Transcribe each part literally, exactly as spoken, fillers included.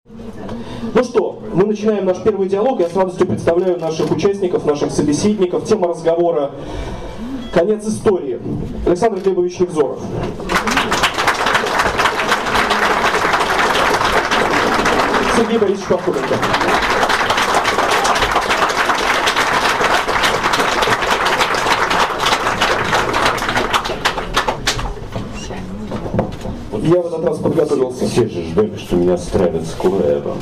Ну что, мы начинаем наш первый диалог. Я с радостью представляю наших участников, наших собеседников. Тема разговора — конец истории. Александр Глебович Невзоров. Сергей Борисович Пархоменко. Я в этот раз подготовился. Все же ждали, что меня стравят с Кураевым.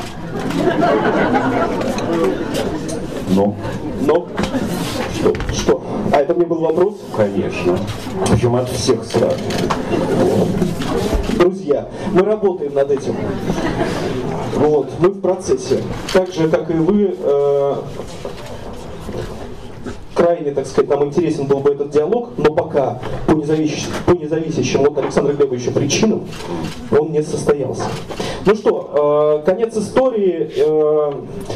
Ну? Ну? Что? Что? А это мне был вопрос? Конечно. Причем от всех сразу. Друзья, мы работаем над этим. Вот, мы в процессе. Так же, как и вы, э, крайне, так сказать, нам интересен был бы этот диалог, но пока по независящим, по независящим от Александра Глебовича причинам он не состоялся. Ну что, э, конец истории. Э,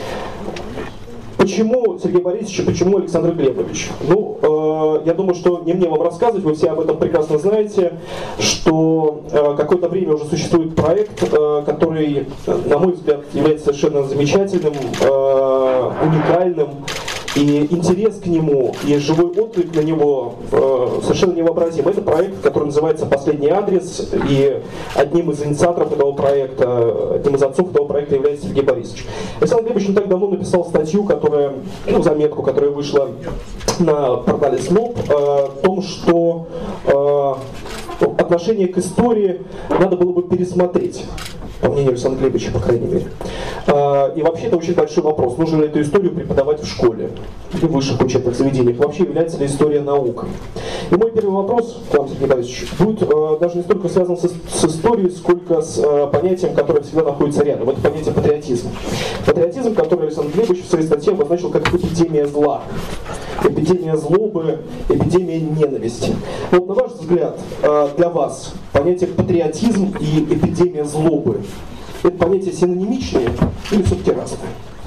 Почему Сергей Борисович и почему Александр Глебович? Ну, э, я думаю, что не мне вам рассказывать, вы все об этом прекрасно знаете, что э, какое-то время уже существует проект, э, который, на мой взгляд, является совершенно замечательным, э, уникальным, и интерес к нему, и живой отклик на него э, совершенно невообразим. Это проект, который называется «Последний адрес», и одним из инициаторов этого проекта, одним из отцов этого проекта является Сергей Борисович. Александр Глебович не так давно написал статью, которая, ну, заметку, которая вышла на портале СНОП, э, о том, что э, отношение к истории надо было бы пересмотреть. По мнению Александра Глебовича, по крайней мере. И вообще это очень большой вопрос. Нужно ли эту историю преподавать в школе и в высших учебных заведениях? Вообще является ли история наукой? И мой первый вопрос к вам, Сергей Борисович, будет даже не столько связан с, с историей, сколько с понятием, которое всегда находится рядом. Это понятие патриотизма. Патриотизм, который Александр Глебович в своей статье обозначил как эпидемия зла. Эпидемия злобы, эпидемия ненависти. Вот на ваш взгляд, для вас понятие патриотизм и эпидемия злобы — это понятия синонимичные или все-таки разные?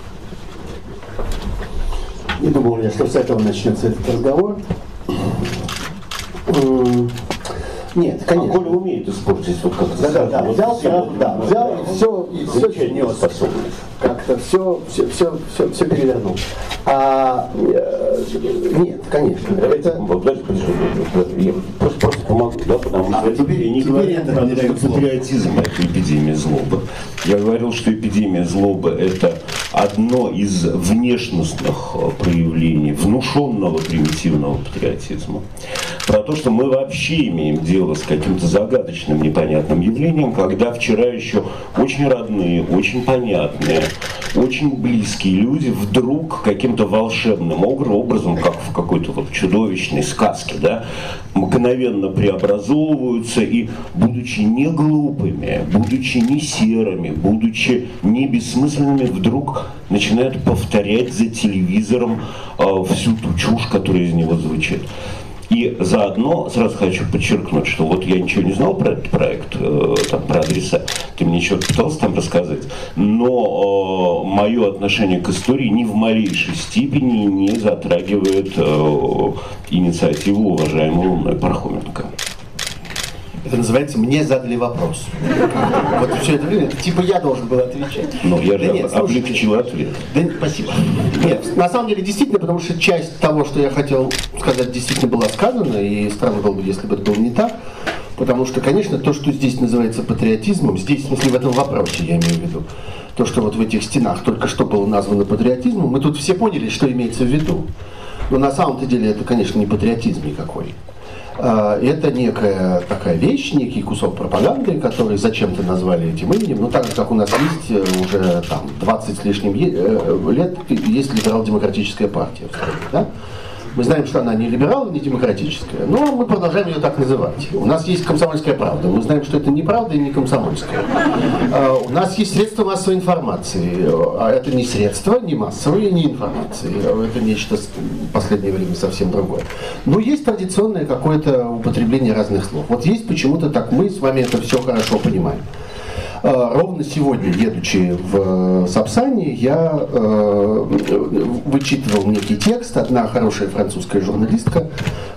Не думал я, что с этого начнется этот разговор. Нет, конечно. А Коля умеет испортить вот как-то. Да, да, да, вот взял, сразу, да, взял и все, и все чинес. Как-то все, все, все, все, все перевернул. А, э, нет, конечно. Давайте, это... подожди, подожди, подожди, я просто, просто помогу, да, потому что а, теперь, я не говорил, что патриотизм — это эпидемия злобы. Я говорил, что эпидемия злобы — это одно из внешностных проявлений внушенного примитивного патриотизма. Про то, что мы вообще имеем дело с каким-то загадочным, непонятным явлением, когда вчера еще очень родные, очень понятные, очень близкие люди вдруг каким-то волшебным образом, как в какой-то вот чудовищной сказке, да, мгновенно преобразовываются и, будучи не глупыми, будучи не серыми, будучи не бессмысленными, вдруг начинают повторять за телевизором э, всю ту чушь, которая из него звучит. И заодно сразу хочу подчеркнуть, что вот я ничего не знал про этот проект, э, там, про адреса, ты мне что-то пытался там рассказать, но э, мое отношение к истории ни в малейшей степени не затрагивает э, инициативу уважаемого мной Пархоменко. Это называется «мне задали вопрос». Вот все это время, это типа я должен был отвечать. Ну, я же да облегчил ответ. Да, спасибо. Нет, на самом деле, действительно, потому что часть того, что я хотел сказать, действительно была сказана, и странно было бы, если бы это было не так. Потому что, конечно, то, что здесь называется патриотизмом, здесь, в смысле, в этом вопросе, я имею в виду, то, что вот в этих стенах только что было названо патриотизмом, мы тут все поняли, что имеется в виду. Но на самом-то деле это, конечно, не патриотизм никакой. Это некая такая вещь, некий кусок пропаганды, который зачем-то назвали этим именем. Но так же, как у нас есть уже там, двадцать с лишним лет, есть либерал-демократическая партия в стране, да? Мы знаем, что она не либерал, не демократическая, но мы продолжаем ее так называть. У нас есть комсомольская правда. Мы знаем, что это не правда и не комсомольская. У нас есть средства массовой информации. А это не средства, не массовые, не информации. Это нечто в последнее время совсем другое. Но есть традиционное какое-то употребление разных слов. Вот есть почему-то так. Мы с вами это все хорошо понимаем. Ровно сегодня, едучи в Сапсане, я э, вычитывал некий текст. Одна хорошая французская журналистка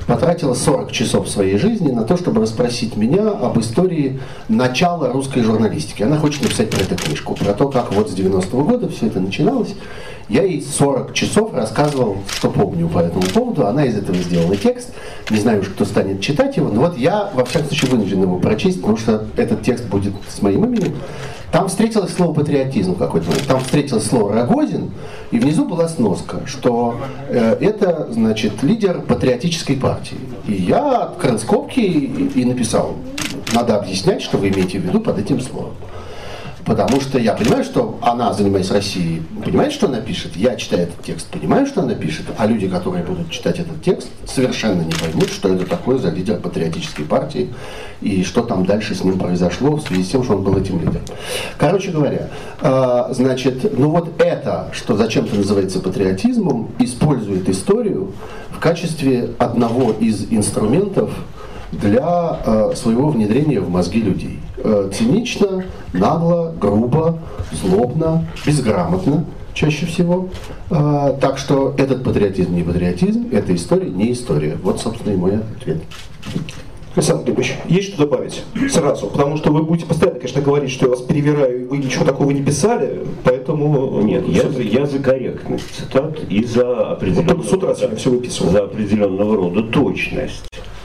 потратила сорок часов своей жизни на то, чтобы расспросить меня об истории начала русской журналистики. Она хочет написать про эту книжку, про то, как вот с девяностого года все это начиналось. Я ей сорок часов рассказывал, что помню по этому поводу. Она из этого сделала текст. Не знаю уж, кто станет читать его, но вот я, во всяком случае, вынужден его прочесть, потому что этот текст будет с моим именем. Там встретилось слово «патриотизм» в какой-то момент. Там встретилось слово «Рогозин», и внизу была сноска, что э, это, значит, лидер патриотической партии. И я открыл скобки и, и написал, надо объяснять, что вы имеете в виду под этим словом. Потому что я понимаю, что она, занимаясь Россией, понимает, что она пишет. Я, читаю этот текст, понимаю, что она пишет. А люди, которые будут читать этот текст, совершенно не поймут, что это такое за лидер патриотической партии и что там дальше с ним произошло в связи с тем, что он был этим лидером. Короче говоря, э, значит, ну вот это, что зачем-то называется патриотизмом, использует историю в качестве одного из инструментов для э, своего внедрения в мозги людей. Э, цинично, нагло, грубо, злобно, безграмотно чаще всего. Э, так что этот патриотизм не патриотизм, эта история не история. Вот, собственно, и мой ответ. Александр Глебович, есть что добавить сразу? Потому что вы будете постоянно, конечно, говорить, что я вас перевираю, и вы ничего такого не писали, поэтому... Нет, я, я за корректность цитат и за определенного, вот только с утра сегодня все выписывал. За определенного рода точность.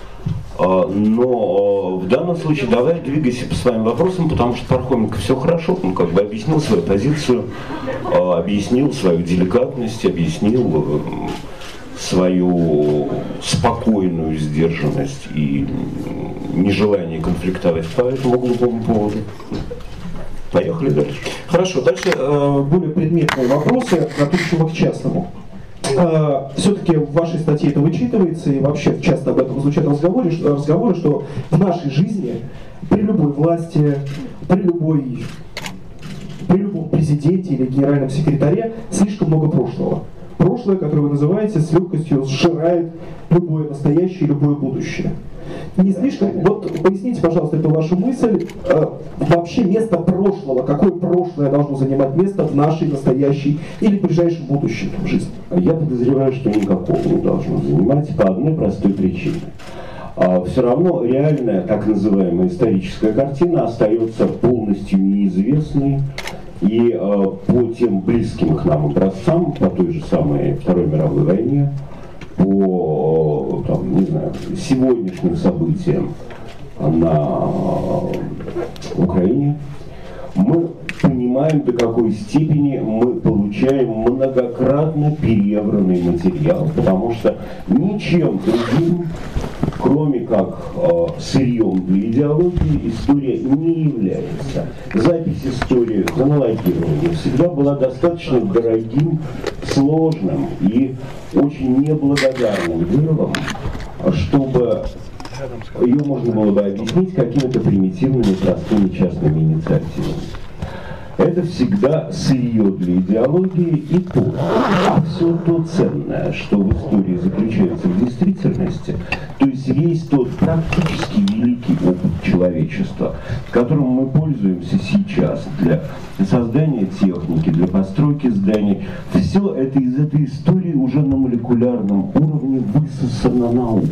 Но в данном случае давай двигайся по своим вопросам, потому что Пархоменко все хорошо, он как бы объяснил свою позицию, объяснил свою деликатность, объяснил свою спокойную сдержанность и нежелание конфликтовать по этому глупому поводу. Поехали дальше. Хорошо, дальше более предметные вопросы, относимые к частному. Все-таки в вашей статье это вычитывается, и вообще часто об этом звучат разговоры, что, разговоры, что в нашей жизни при любой власти, при любой, при любом президенте или генеральном секретаре слишком много прошлого. Прошлое, которое вы называете, с легкостью сжирает любое настоящее и любое будущее. Не слишком, вот поясните, пожалуйста, эту вашу мысль, э, вообще место прошлого, какое прошлое должно занимать место в нашей настоящей или ближайшем будущем жизни? Я подозреваю, что никакого не должно занимать по одной простой причине. А все равно реальная, так называемая историческая картина остается полностью неизвестной. И э, по тем близким к нам образцам, по той же самой Второй мировой войне, по там, не знаю, сегодняшним событиям на Украине, мы понимаем, до какой степени мы получаем многократно перевранный материал, потому что ничем другим, кроме как э, сырьем для идеологии, история не является. Запись истории, хронологирование всегда была достаточно дорогим, сложным и очень неблагодарным делом, чтобы ее можно было бы объяснить какими-то примитивными, простыми частными инициативами. Это всегда сырье для идеологии и то. А все то ценное, что в истории заключается в действительности, то есть весь тот практически великий опыт человечества, которым мы пользуемся сейчас для создания техники, для постройки зданий, все это из этой истории уже на молекулярном уровне высосано наукой.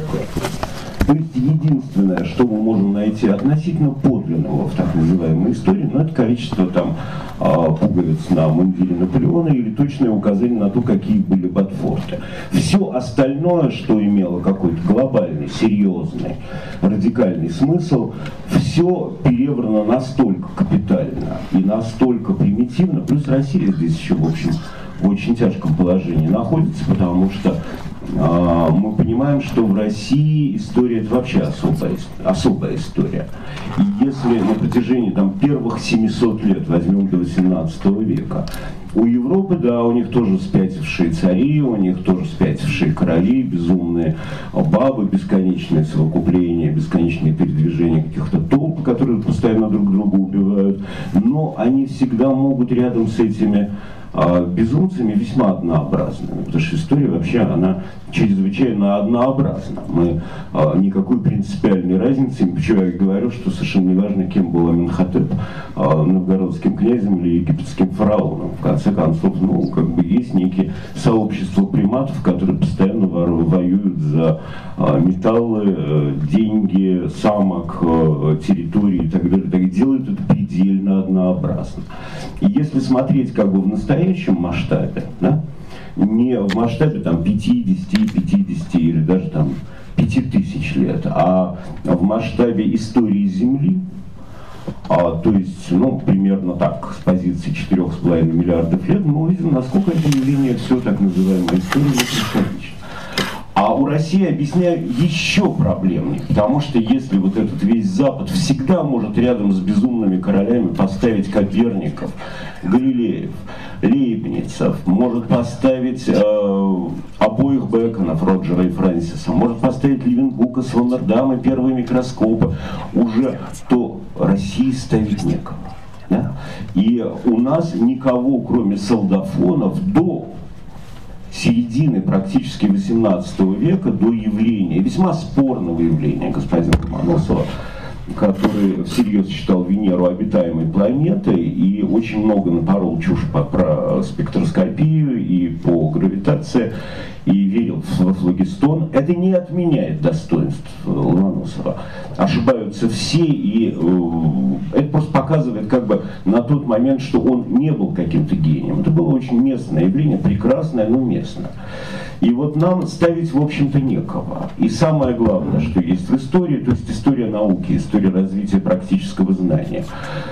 То есть единственное, что мы можем найти относительно подлинного в так называемой истории, ну, это количество там пуговиц на мундире Наполеона или точное указание на то, какие были ботфорты. Все остальное, что имело какой-то глобальный, серьезный, радикальный смысл, все переврано настолько капитально и настолько примитивно, плюс Россия здесь еще, в общем, в очень тяжком положении находится, потому что э, мы понимаем, что в России история это вообще особая, особая история. И если на протяжении там, первых семисот лет, возьмем до восемнадцатого века, у Европы, да, у них тоже спятившие цари, у них тоже спятившие короли, безумные бабы, бесконечные совокупления, бесконечные передвижения каких-то толп, которые постоянно друг друга убивают, но они всегда могут рядом с этими а, безумцами весьма однообразными, потому что история вообще, она чрезвычайно однообразна. Мы а, никакой принципиальной разницы, почему я говорю, что совершенно не важно, кем был Аменхотеп, а, новгородским князем или египетским фараоном, в конце конце концов, ну, как бы есть некие сообщества приматов, которые постоянно воюют за а, металлы, а, деньги, самок, а, территории и так далее. Так, делают это предельно однообразно. И если смотреть как бы в настоящем масштабе, да, не в масштабе там пятидесяти, пятидесяти или даже там пяти тысяч лет, а в масштабе истории Земли, а, то есть, ну, примерно так, с позиции четырёх с половиной миллиардов лет, мы увидим, насколько это явление все так называемое историей бесконечно. А у России объясняю еще проблемнее, потому что если вот этот весь Запад всегда может рядом с безумными королями поставить Коперников, Галилеев, Лейбницев, может поставить э, обоих Бэконов, Роджера и Фрэнсиса, может поставить Левенбука, Свамердама, первые микроскопы, уже то России ставить некого. Да? И у нас никого, кроме солдафонов, до середины практически восемнадцатого века, до явления, весьма спорного явления господина Ломоносова, который всерьез считал Венеру обитаемой планетой и очень много напорол чушь по, про спектроскопию и по гравитации, и верил во флогистон. Это не отменяет достоинств Ломоносова. Ошибаются все, и э, это просто показывает как бы на тот момент, что он не был каким-то гением. Это было очень местное явление, прекрасное, но местное. И вот нам ставить, в общем-то, некого. И самое главное, что есть в истории, то есть история науки, история развития практического знания,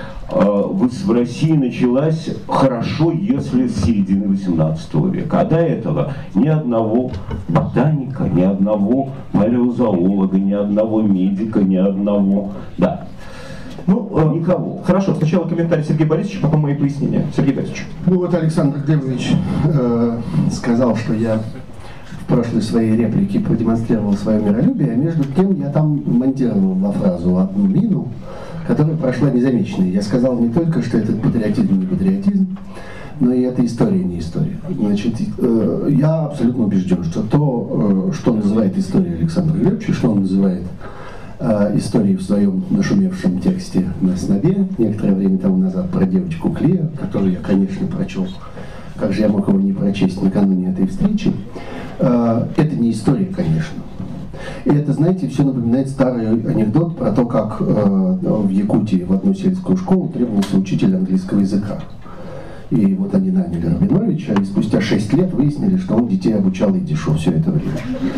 в России началась хорошо, если с середины восемнадцатого века. А до этого ни одного ботаника, ни одного палеозоолога, ни одного медика, ни одного... Да. Ну, э, никого. Хорошо, сначала комментарий Сергея Борисовича, потом мои пояснения. Сергей Борисович. Ну вот Александр Глебович э, сказал, что я в прошлой своей реплике продемонстрировал свое миролюбие, а между тем я там монтировал во фразу одну мину, которая прошла незамеченной. Я сказал не только, что этот патриотизм не патриотизм, но и эта история не история. Значит, э, я абсолютно убежден, что то, э, что называет историей Александр Глебович, что он называет э, историей в своем нашумевшем тексте на снобе некоторое время тому назад про девочку Клео, которую я, конечно, прочел. Как же я мог его не прочесть накануне этой встречи? Э, это не история, конечно. И это, знаете, все напоминает старый анекдот про то, как э, в Якутии в одну сельскую школу требовался учитель английского языка. И вот они наняли Рабиновича, и спустя шесть лет выяснили, что он детей обучал идишу все это время.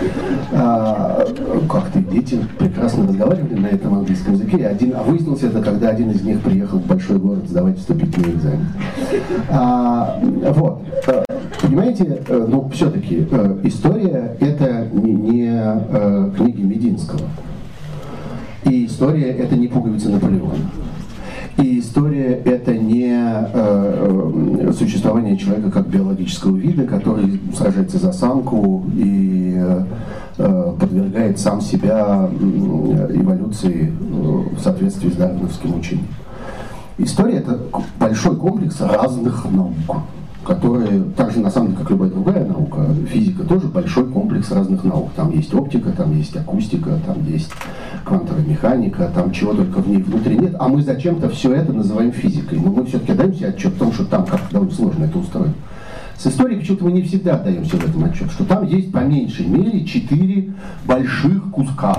А, как-то дети прекрасно разговаривали на этом английском языке, один, а выяснилось это, когда один из них приехал в большой город сдавать вступительный экзамен. А, вот. Понимаете, ну все-таки история это не, не э, книги Мединского. И история это не пуговицы Наполеона. И история это не э, существование человека как биологического вида, который сражается за самку и э, подвергает сам себя эволюции в соответствии с дарвиновским учением. История это большой комплекс разных наук, которые, так же на самом деле, как любая другая наука, физика тоже большой комплекс разных наук. Там есть оптика, там есть акустика, там есть квантовая механика, там чего только в ней внутри нет, а мы зачем-то все это называем физикой. Но мы все-таки даем себе отчет в том, что там как-то довольно сложно это устроено. С историей почему-то мы не всегда даем себе в этом отчет, что там есть по меньшей мере четыре больших куска.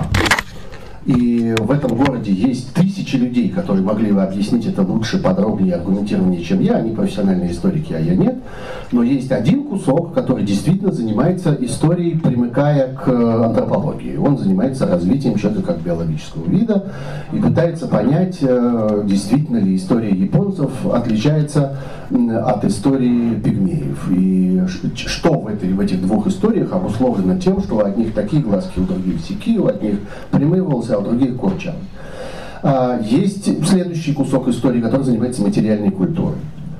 И в этом городе есть тысячи людей, которые могли бы объяснить это лучше, подробнее, аргументированнее, чем я. Они профессиональные историки, а я нет. Но есть один кусок, который действительно занимается историей, примыкая к антропологии. Он занимается развитием человека как биологического вида и пытается понять, действительно ли история японцев отличается от истории пигмеев. И что в, этой, в этих двух историях обусловлено тем, что у одних такие глазки, у других сякие, у одних прямые волосы, а у других курчавые. Есть следующий кусок истории, который занимается материальной культурой.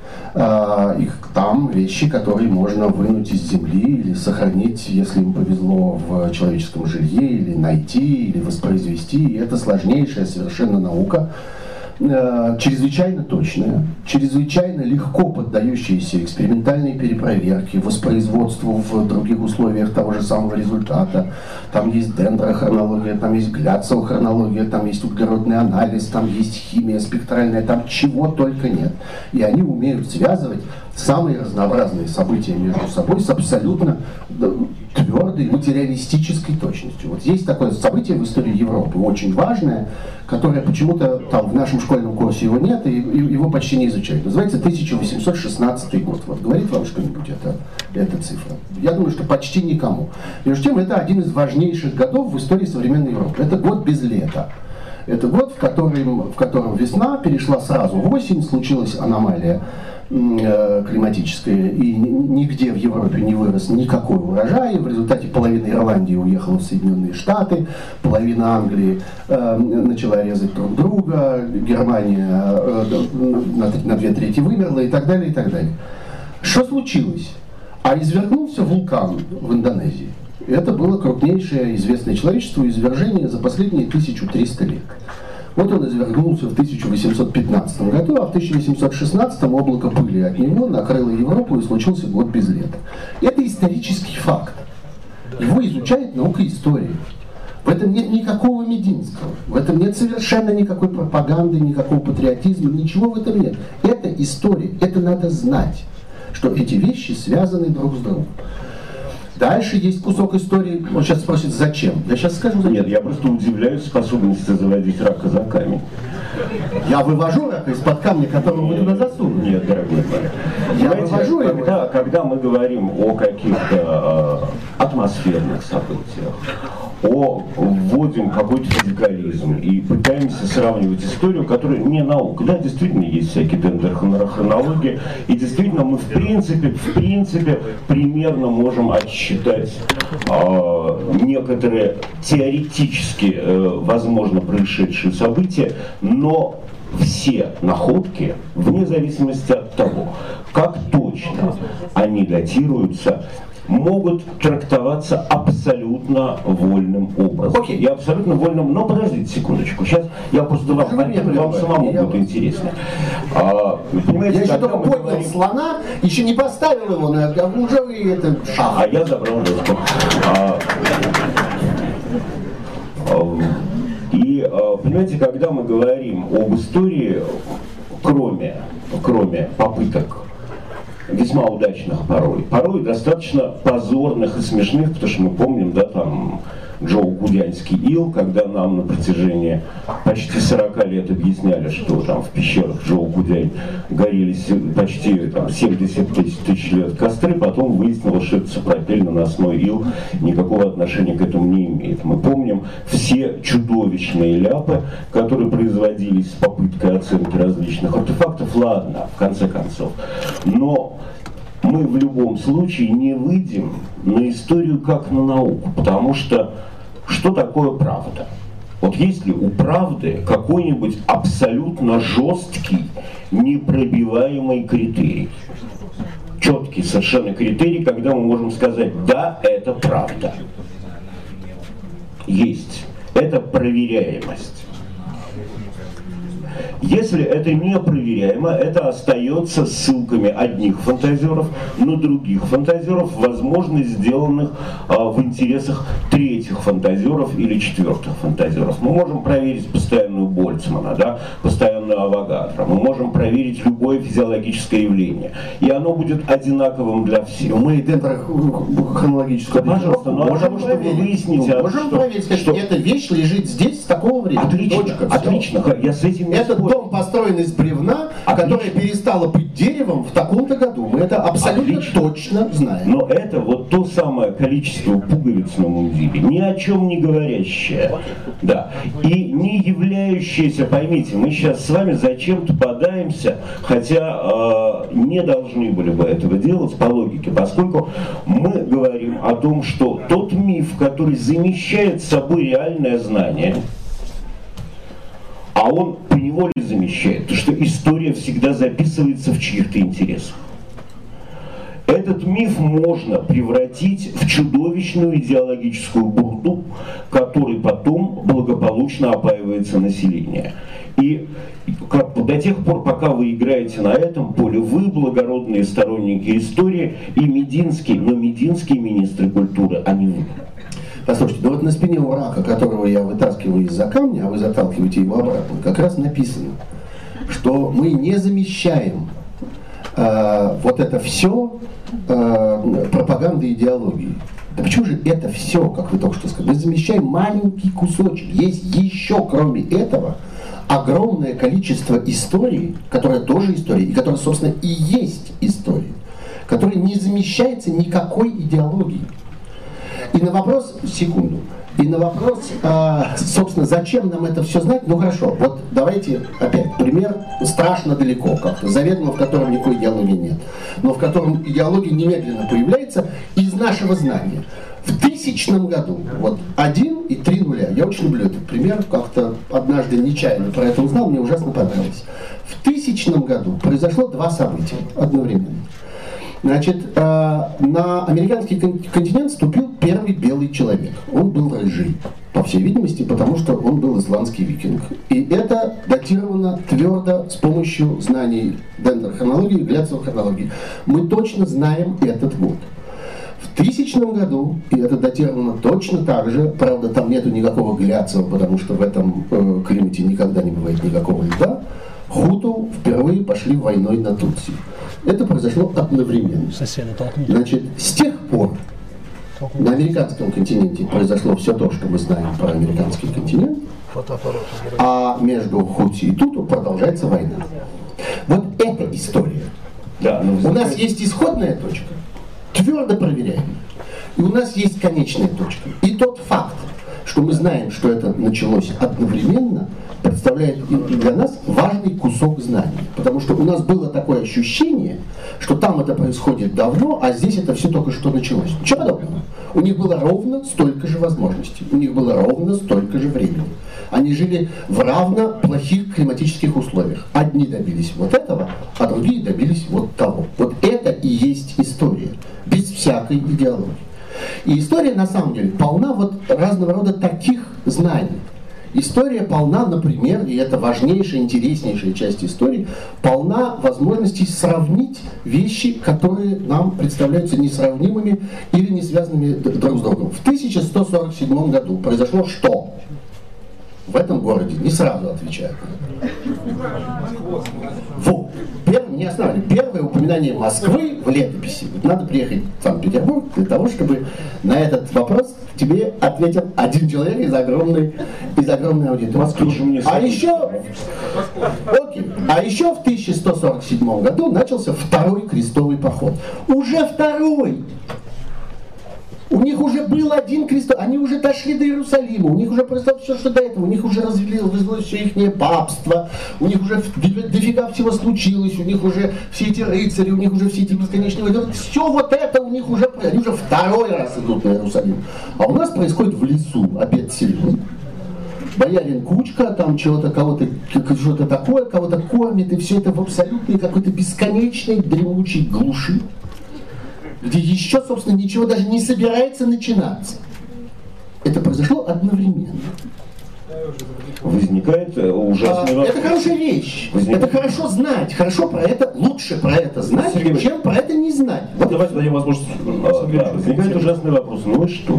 Их там вещи, которые можно вынуть из земли или сохранить, если им повезло, в человеческом жилье, или найти, или воспроизвести. И это сложнейшая совершенно наука, чрезвычайно точная, чрезвычайно легко поддающаяся экспериментальной перепроверке, воспроизводству в других условиях того же самого результата. Там есть дендрохронология, там есть гляцеохронология, там есть углеродный анализ, там есть химия спектральная, там чего только нет. И они умеют связывать самые разнообразные события между собой с абсолютно твердой материалистической точностью. Вот есть такое событие в истории Европы, очень важное, которое почему-то там в нашем школьном курсе его нет, и его почти не изучают. Называется тысяча восемьсот шестнадцатый год. Вот говорит вам что-нибудь эта, эта цифра? Я думаю, что почти никому. Между тем, это один из важнейших годов в истории современной Европы. Это год без лета. Это год, в котором, в котором весна перешла сразу в осень, случилась аномалия климатическое, и нигде в Европе не вырос никакой урожай. В результате половина Ирландии уехала в Соединенные Штаты, половина Англии э, начала резать друг друга, Германия э, на, на две трети вымерла и так далее, и так далее. Что случилось? А извергнулся вулкан в Индонезии. Это было крупнейшее известное человечеству извержение за последние тысячу триста лет. Вот он извергнулся в тысяча восемьсот пятнадцатом году, а в тысяча восемьсот шестнадцатом облако пыли от него накрыло Европу, и случился год без лета. Это исторический факт. Его изучает наука истории. В этом нет никакого Мединского, в этом нет совершенно никакой пропаганды, никакого патриотизма, ничего в этом нет. Это история, это надо знать, что эти вещи связаны друг с другом. Дальше есть кусок истории. Он сейчас спросит, зачем? Я сейчас скажу, зачем. Нет, я просто удивляюсь способности заводить рака за камень. Я вывожу рака из-под камня, которого вы туда засунули. Нет, дорогой мой. Я вывожу его. Когда, когда мы говорим о каких-то э, атмосферных событиях, о вводим какой-то физикализм и пытаемся сравнивать историю, которая не наука. Да, действительно, есть всякие дендрохронологии, и действительно мы в принципе, в принципе примерно можем отсчитать э, некоторые теоретически э, возможно происшедшие события, но все находки, вне зависимости от того, как точно они датируются, могут трактоваться абсолютно вольным образом. Окей. Я абсолютно вольным, но подождите секундочку, сейчас я просто вам, вам, вам самому я будет интересно. А, понимаете, я еще только поднял говорим... слона, еще не поставил его на уже вы это... А, а я забрал доску. А, а, и, а, понимаете, когда мы говорим об истории, кроме, кроме попыток весьма удачных порой, порой достаточно позорных и смешных, потому что мы помним, да, там, Джоу-Гудянский ил, когда нам на протяжении почти сорока лет объясняли, что там в пещерах Джоу-Гудянь горели почти там, семьдесят тысяч лет костры, потом выяснилось, что это сапропельно-наносной ил никакого отношения к этому не имеет. Мы помним все чудовищные ляпы, которые производились с попыткой оценки различных артефактов, ладно, в конце концов. Но мы в любом случае не выйдем на историю как на науку, потому что что такое правда? Вот есть ли у правды какой-нибудь абсолютно жесткий, непробиваемый критерий? Четкий совершенно критерий, когда мы можем сказать, да, это правда. Есть. Это проверяемость. Если это непроверяемо, это остается ссылками одних фантазеров на других фантазеров, возможно, сделанных а, в интересах третьих фантазеров или четвертых фантазеров. Мы можем проверить постоянную Больцмана, да, постоянную Авогадро, мы можем проверить любое физиологическое явление, и оно будет одинаковым для всех. Мы дендрохронологическую, пожалуйста, но потому что вы выясните, можем что, проверить, что, что эта вещь лежит здесь с такого времени. Отлично, Точка, отлично. Все. Я с этим не Этот спорю. дом построен из бревна, Отлично. которое перестало быть деревом в таком-то году. Мы это абсолютно Отлично. Точно знаем. Но это вот то самое количество пуговиц на мундире, ни о чем не говорящее, да, и не являющееся, поймите, мы сейчас с вами зачем-то подаемся, хотя э, не должны были бы этого делать по логике, поскольку мы говорим о том, что тот миф, который замещает собой реальное знание, а он поневоле замещает, потому что история всегда записывается в чьих-то интересах. Этот миф можно превратить в чудовищную идеологическую бурду, которой потом благополучно опаивается население. И как, до тех пор, пока вы играете на этом поле, вы благородные сторонники истории и Мединский, но Мединский министр культуры, а не вы. Послушайте, ну вот на спине у рака, которого я вытаскиваю из-за камня, а вы заталкиваете его обратно, как раз написано, что мы не замещаем э, вот это все э, пропаганда идеологии. Да почему же это все, как вы только что сказали? Мы замещаем маленький кусочек. Есть еще, кроме этого, огромное количество истории, которая тоже история, и которая, собственно, и есть история, которая не замещается никакой идеологией. И на вопрос, секунду, и на вопрос, а, собственно, зачем нам это все знать, ну хорошо, вот давайте опять пример страшно далеко как-то, заведомо, в котором никакой идеологии нет, но в котором идеология немедленно появляется из нашего знания. В тысячном году, вот один и три нуля, я очень люблю этот пример, как-то однажды нечаянно про это узнал, мне ужасно понравилось. В тысячном году произошло два события одновременно. Значит, на американский континент вступил первый белый человек. Он был рыжий, по всей видимости, потому что он был исландский викинг. И это датировано твердо с помощью знаний дендрохронологии и гляцевой хронологии. Мы точно знаем этот год. В тысячном году, и это датировано точно так же, правда, там нету никакого гляцева, потому что в этом э, климате никогда не бывает никакого льда, хуту впервые пошли войной на Тутси. Это произошло одновременно. Значит, с тех пор на американском континенте произошло все то, что мы знаем про американский континент, а между Хути и Туту продолжается война. Вот эта история. Да, у нас есть исходная точка, твердо проверяемая, и у нас есть конечная точка. И тот факт, что мы знаем, что это началось одновременно, представляет и для нас важный кусок знаний. Потому что у нас было такое ощущение, что там это происходит давно, а здесь это все только что началось. Ничего подобного. У них было ровно столько же возможностей, у них было ровно столько же времени. Они жили в равно плохих климатических условиях. Одни добились вот этого, а другие добились вот того. Вот это и есть история, без всякой идеологии. И история на самом деле полна вот разного рода таких знаний. История полна, например, и это важнейшая, интереснейшая часть истории, полна возможностей сравнить вещи, которые нам представляются несравнимыми или не связанными друг с другом. В тысяча сто сорок седьмом году произошло что? В этом городе не сразу отвечают. Вот. Первое, не основали. Первое упоминание Москвы в летописи. Надо приехать в Санкт-Петербург для того, чтобы на этот вопрос тебе ответил один человек из огромной, из огромной аудитории. А еще, окей, а еще в тысяча сто сорок седьмом году начался второй крестовый поход. Уже второй! У них уже был один крестовый, они уже дошли до Иерусалима, у них уже произошло все, что до этого, у них уже развилось все их папство, у них уже дофига всего случилось, у них уже все эти рыцари, у них уже все эти бесконечные войны, все вот это у них уже, они уже второй раз идут на Иерусалим. А у нас происходит в лесу обед селен. Боярин Кучка, там чего-то, кого-то, что-то такое, кого-то кормит, и все это в абсолютной какой-то бесконечной дремучей глуши, где еще, собственно, ничего даже не собирается начинаться. Это произошло одновременно. Возникает ужасный а, вопрос. Это хорошая вещь. Возникает... Это хорошо знать. Хорошо про это, лучше про это знать, Сергей, чем про это не знать. Вот давайте дадим возможность. А, да, возникает ужасный вопрос. Ну и что?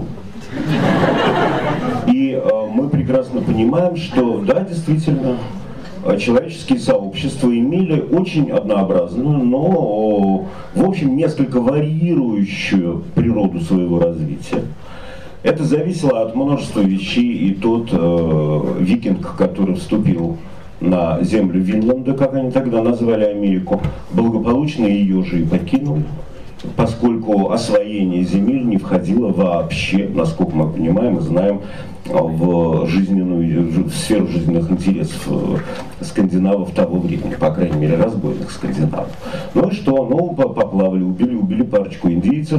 И а, мы прекрасно понимаем, что да, действительно, человеческие сообщества имели очень однообразную, но, в общем, несколько варьирующую природу своего развития. Это зависело от множества вещей, и тот э, викинг, который вступил на землю Винланда, как они тогда назвали Америку, благополучно ее же и покинул, поскольку освоение земель не входило вообще, насколько мы понимаем и знаем, в жизненную, в сферу жизненных интересов скандинавов того времени, по крайней мере, разбойных скандинавов. Ну и что? Ну, поплавали, убили, убили парочку индейцев,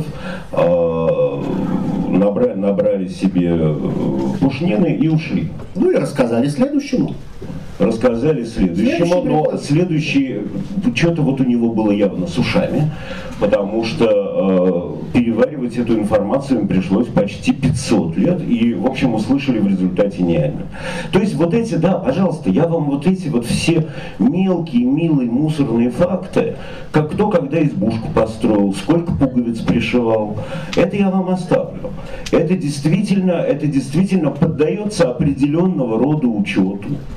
набрали, набрали себе пушнины и ушли. Ну и рассказали следующему. Рассказали следующему, но следующий, что-то вот у него было явно с ушами, потому что э, переваривать эту информацию им пришлось почти пятьсот лет, и, в общем, услышали в результате не они. То есть вот эти, да, пожалуйста, я вам вот эти вот все мелкие, милые, мусорные факты, как кто когда избушку построил, сколько пуговиц пришивал, это я вам оставлю. Это действительно, это действительно поддается определенного рода учету.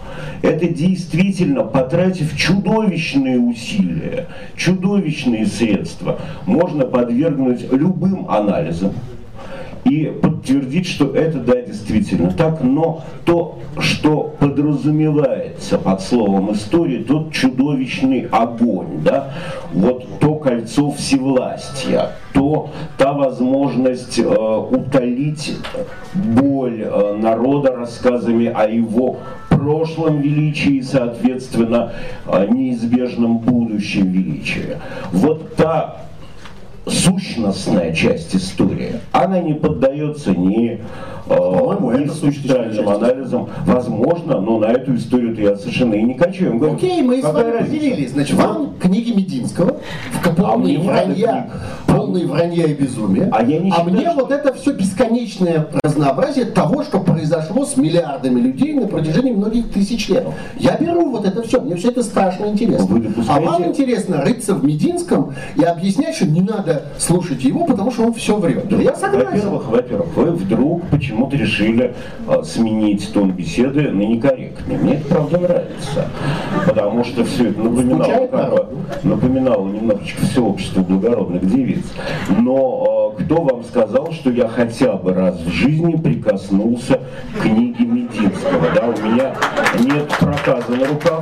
это действительно, потратив чудовищные усилия, чудовищные средства, можно подвергнуть любым анализам и подтвердить, что это, да, действительно так, но то, что подразумевается под словом история, тот чудовищный огонь, да, вот то кольцо всевластия, то та возможность э, утолить боль э, народа рассказами о его прошлом величии и, соответственно, э, неизбежном будущем величии. Вот та сущностная часть истории, она не поддается ни, э, ни существительным анализам. Возможно, но на эту историю-то я совершенно и не хочу. Говорю, окей, мы с вами поделились. Значит, вам книги Мединского, в полные а вранья, полные вранья и безумия. А, я не а считаю, мне что... вот это все бесконечное разнообразие того, что произошло с миллиардами людей на протяжении многих тысяч лет. Я беру вот это все, мне все это страшно интересно. Допускаете... А вам интересно рыться в Мединском и объяснять, что не надо слушать его, потому что он все врет. Да, я согласен. Во-первых, во-первых, вы вдруг почему-то решили а, сменить тон беседы на некорректный. Мне это правда нравится. Потому что все это напоминало, как бы, напоминало немножечко все общество благородных девиц. Но а, кто вам сказал, что я хотя бы раз в жизни прикоснулся к книге Мединского? Да, у меня нет проказа на руках.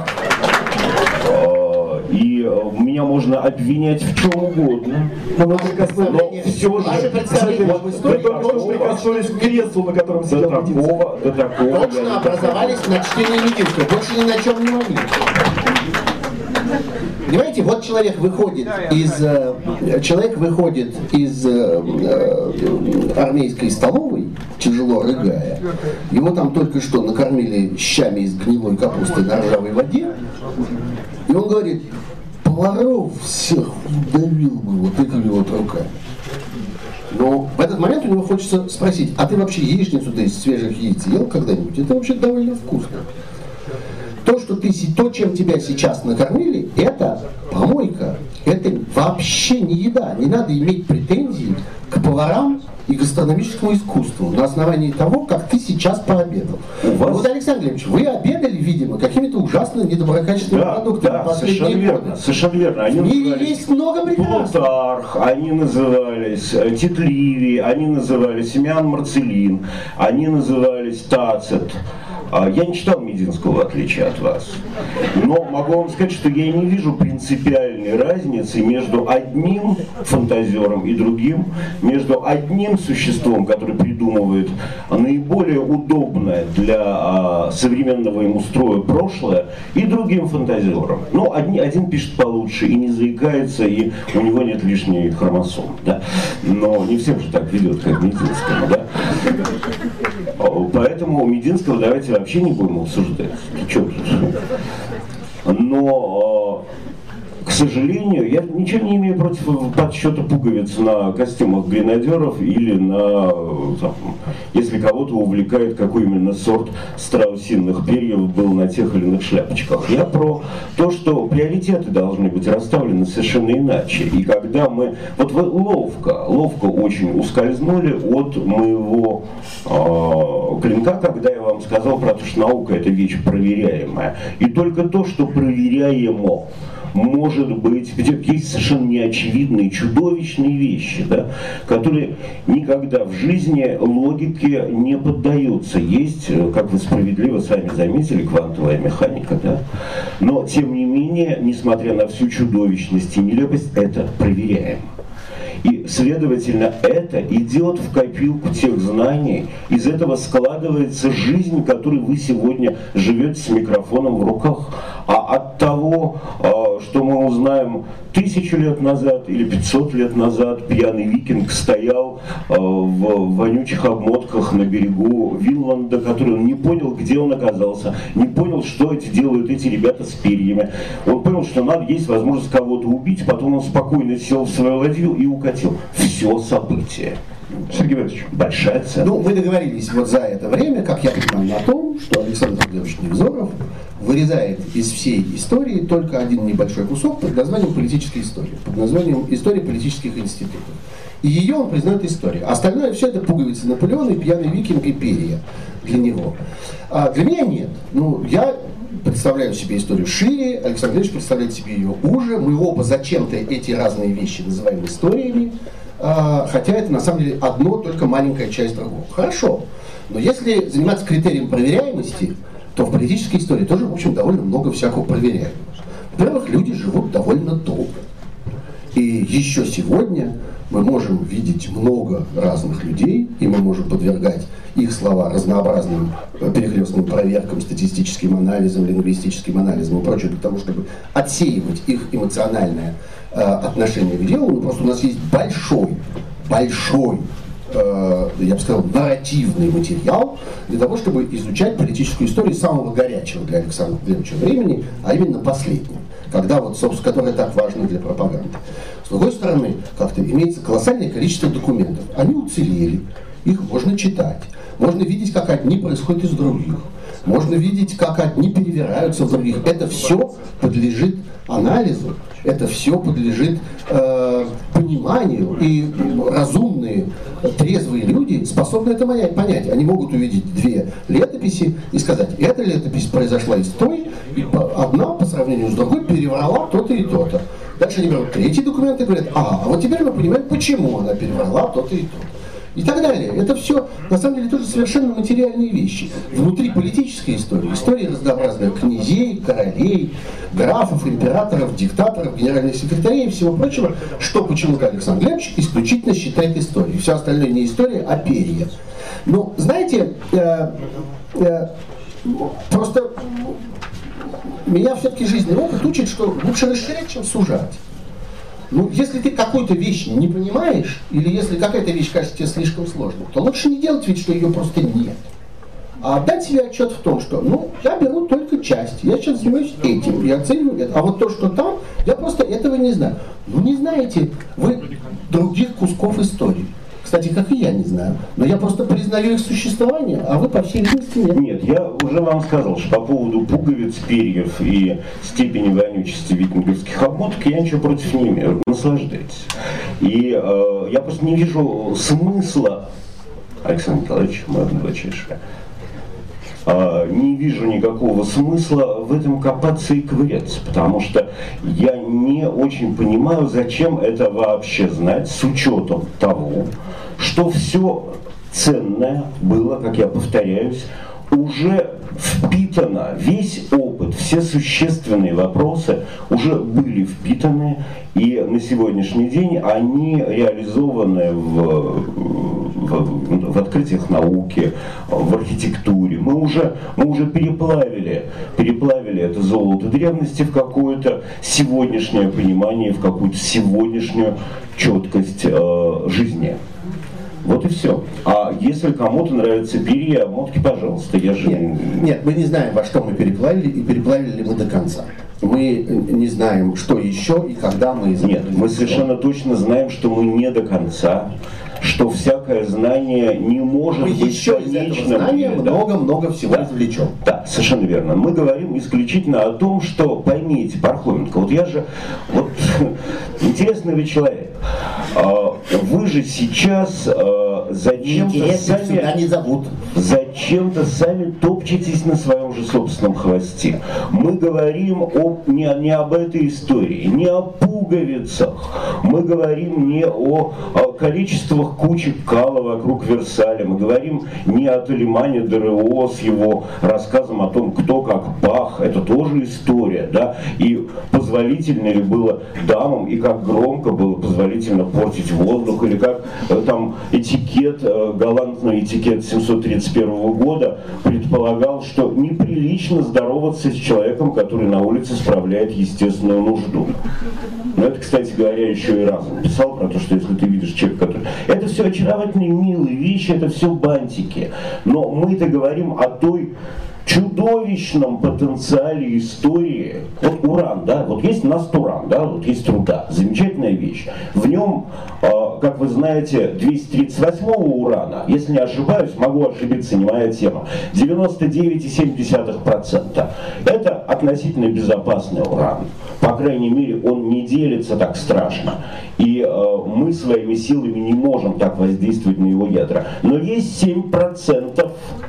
И меня можно обвинять в чем угодно. Но, но все же, вы только прикоснулись к креслу, на котором сидел Мединский. До такого точно образовались на чтении Мединского, больше ни на чем не могли. Понимаете, вот человек выходит из, человек выходит из армейской столовой, тяжело рыгая. Его там только что накормили щами из гнилой капусты на ржавой воде. И он говорит: поваров всех удавил бы вот этими вот руками. Но в этот момент у него хочется спросить: а ты вообще яичницу-то из свежих яиц ел когда-нибудь? Это вообще довольно вкусно. То, что ты, то, чем тебя сейчас накормили, это помойка. Это вообще не еда. Не надо иметь претензий к поварам и гастрономическому искусству на основании того, как ты сейчас пообедал. Вас... Вот, Александр Глебович, вы обедали, видимо, какими-то ужасно недоброкачественными да, продуктами да, последние совершенно годы. Верно, совершенно верно. Они в мире есть много прекрасных. Плутарх, они назывались Тит Ливий, они назывались Симеон Марцелин, они назывались Тацит. Я не читал Мединского, в отличие от вас. Но могу вам сказать, что я не вижу принципиальной разницы между одним фантазером и другим, между одним существом, который придумывает наиболее удобное для современного ему строя прошлое, и другим фантазером. Ну, одни, один пишет получше и не заикается, и у него нет лишней хромосом. Да? Но не всем же так ведет, как Мединскому. Да? Поэтому Мединского давайте вообще не будем обсуждать. Что тут? Но, к сожалению, я ничего не имею против подсчета пуговиц на костюмах гренадеров или на, там, если кого-то увлекает, какой именно сорт страусиных перьев был на тех или иных шляпочках. Я про то, что приоритеты должны быть расставлены совершенно иначе. И когда мы, вот вы ловко, ловко очень ускользнули от моего э, клинка, когда я вам сказал про то, что наука это вещь проверяемая. И только то, что проверяемо, может быть, ведь есть совершенно неочевидные, чудовищные вещи, да, которые никогда в жизни логике не поддаются. Есть, как вы справедливо сами заметили, квантовая механика, да, но тем не менее, несмотря на всю чудовищность и нелепость, это проверяемо. И, следовательно, это идет в копилку тех знаний, из этого складывается жизнь, которой вы сегодня живете с микрофоном в руках. А от того, что мы узнаем тысячу лет назад или пятьсот лет назад, пьяный викинг стоял в вонючих обмотках на берегу Винланда, который он не понял, где он оказался, не понял, что эти делают эти ребята с перьями. Он понял, что надо, есть возможность кого-то убить, потом он спокойно сел в свою ладью и укатил. Все события. Сергей Борисович, большая цена. Ну, мы договорились вот за это время, как я понимаю, на том, что Александр Владимирович Невзоров вырезает из всей истории только один небольшой кусок под названием политической истории, под названием история политических институтов. И ее он признает историей. Остальное все это пуговицы Наполеона, и пьяный викинг, и перья для него. А для меня нет. Ну, я представляем себе историю шире, Александр Глебович представляет себе ее уже. Мы оба зачем-то эти разные вещи называем историями, хотя это на самом деле одно, только маленькая часть другого. Хорошо, но если заниматься критерием проверяемости, то в политической истории тоже, в общем, довольно много всякого проверяемого. Во-первых, люди живут довольно долго. И еще сегодня мы можем видеть много разных людей, и мы можем подвергать их слова разнообразным перекрестным проверкам, статистическим анализам, лингвистическим анализам и прочее, для того, чтобы отсеивать их эмоциональное э, отношение к делу. Ну, просто у нас есть большой, большой, э, я бы сказал, нарративный материал для того, чтобы изучать политическую историю самого горячего для Александра Глебовича времени, а именно последнего, когда вот, собственно, которое так важно для пропаганды. С другой стороны, как-то имеется колоссальное количество документов. Они уцелели, их можно читать. Можно видеть, как одни происходят из других. Можно видеть, как одни перевираются в других. Это все подлежит анализу, это все подлежит э, пониманию. И разумные, трезвые люди способны это понять. Они могут увидеть две летописи и сказать, эта летопись произошла из той, и одна по сравнению с другой переврала то-то и то-то. Дальше они берут третий документ и говорят, а, а вот теперь мы понимаем, почему она переврала то-то и то-то. И так далее. Это все, на самом деле, тоже совершенно материальные вещи. Внутри политической истории, истории разнообразных князей, королей, графов, императоров, диктаторов, генеральных секретарей и всего прочего, что почему-то Александр Глебович исключительно считает историей. Все остальное не история, а перья. Но, знаете, э, э, просто меня все-таки жизненный опыт учит, что лучше расширять, чем сужать. Ну, если ты какую-то вещь не понимаешь, или если какая-то вещь кажется тебе слишком сложной, то лучше не делать вид, что ее просто нет. А отдать себе отчет в том, что, ну, я беру только часть, я сейчас занимаюсь этим, я оцениваю это. А вот то, что там, я просто этого не знаю. Ну, не знаете вы других кусков истории. Кстати, как и я не знаю. Но я просто признаю их существование, а вы, по всей видимости, нет. Нет, я уже вам сказал, что по поводу пуговиц, перьев и степени вонючести викинговских обмоток я ничего против не имею. Наслаждайтесь. И э, я просто не вижу смысла, Александр Николаевич, мой глубочайший, э, не вижу никакого смысла в этом копаться и ковыряться, потому что я не очень понимаю, зачем это вообще знать, с учетом того, что все ценное было, как я повторяюсь, уже впитано, весь опыт, все существенные вопросы уже были впитаны, и на сегодняшний день они реализованы в, в, в открытиях науки, в архитектуре. Мы уже, мы уже переплавили, переплавили это золото древности в какое-то сегодняшнее понимание, в какую-то сегодняшнюю четкость э, жизни. Вот и все. А если кому-то нравятся перья, обмотки, пожалуйста, я же... Нет, нет, мы не знаем, во что мы переплавили и переплавили ли мы до конца. Мы не знаем, что еще и когда мы... Нет, мы совершенно точно знаем, что мы не до конца, что всякое знание не может мы быть еще из этого знания много-много всего да. извлечем. Да, совершенно верно. Мы говорим исключительно о том, что, поймите, Пархоменко, вот я же, вот, интересный вы человек, вы же сейчас зачем-то сами, не зовут. зачем-то сами топчетесь на своем же собственном хвосте. Мы говорим о, не, не об этой истории, не о пуговицах, мы говорим не о, о количествах кучек кала вокруг Версаля, мы говорим не о Толемане Дерео с его рассказом о том, кто как пах, это тоже история, да, и позволительно ли было дамам, и как громко было позволительно портить воздух, или как э, там этикет, э, галантный этикет семьсот тридцать первого года предполагал, что неприлично здороваться с человеком, который на улице справляет естественную нужду. Но это, кстати говоря, еще и Разум писал про то, что если ты видишь человека, который... Это все очаровательные, милые вещи, это все бантики. Но мы-то говорим о той чудовищном потенциале истории. Вот уран, да, вот есть Настуран, да, вот есть руда, замечательная вещь. В нем, э, как вы знаете, двести тридцать восьмого урана, если не ошибаюсь, могу ошибиться, не моя тема, девяносто девять и семь десятых процента. Это относительно безопасный уран. По крайней мере, он не делится так страшно. И э, мы своими силами не можем так воздействовать на его ядра. Но есть семь процентов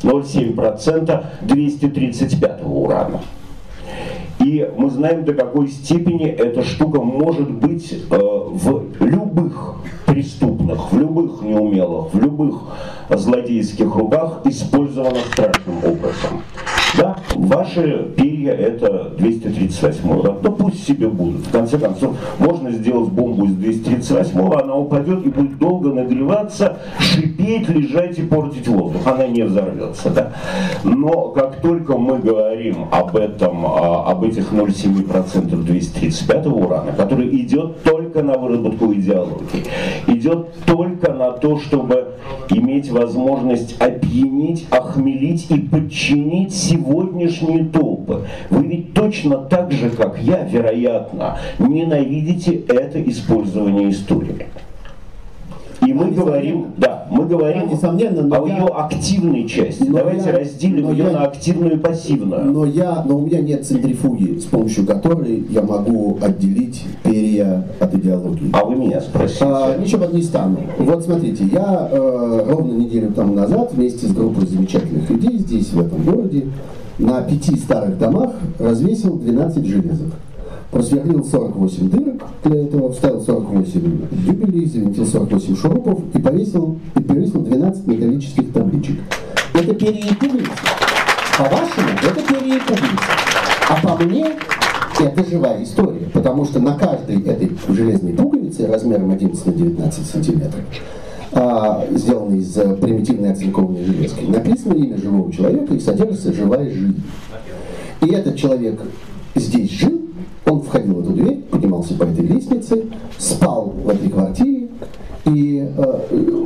ноль целых семь десятых процента двести тридцать пятого урана. И мы знаем, до какой степени эта штука может быть э, в любых преступных, в любых неумелых, в любых злодейских руках использована страшным образом. Да, ваши перья это двести тридцать восьмой уран, да пусть себе будут. В конце концов, можно сделать бомбу из двухсот тридцати восьмого, она упадет и будет долго нагреваться, шипеть, лежать и портить воздух. Она не взорвется, да. Но как только мы говорим об этом, об этих ноль целых семь десятых процента двухсот тридцати пятого урана, который идет только на выработку идеологии, идет только на то, чтобы иметь возможность опьянить, охмелить и подчинить сегодняшние толпы. Вы ведь точно так же, как я, вероятно, ненавидите это использование истории. И мы а говорим, да, мы говорим а, несомненно, о я... ее активной части. Но Давайте я... разделим ее я... на активную и пассивную. Но, я... но у меня нет центрифуги, с помощью которой я могу отделить перья от идеологии. А вы меня спросите. А, ничего не стану. Вот смотрите, я э, ровно неделю тому назад вместе с группой замечательных людей здесь, в этом городе, на пяти старых домах развесил двенадцать железок. Просверлил сорок восемь дырок для этого, вставил сорок восемь дюбелей, завинтил сорок восемь шурупов и повесил, и повесил двенадцать металлических табличек. Это перья и пуговицы. По-вашему, это перья и пуговицы. А по мне, это живая история. Потому что на каждой этой железной пуговице размером одиннадцать на девятнадцать сантиметров, а, сделанной из примитивной оцинкованной железки, написано имя живого человека и содержится живая жизнь. И этот человек здесь жил. Он входил в эту дверь, поднимался по этой лестнице, спал в этой квартире, и э,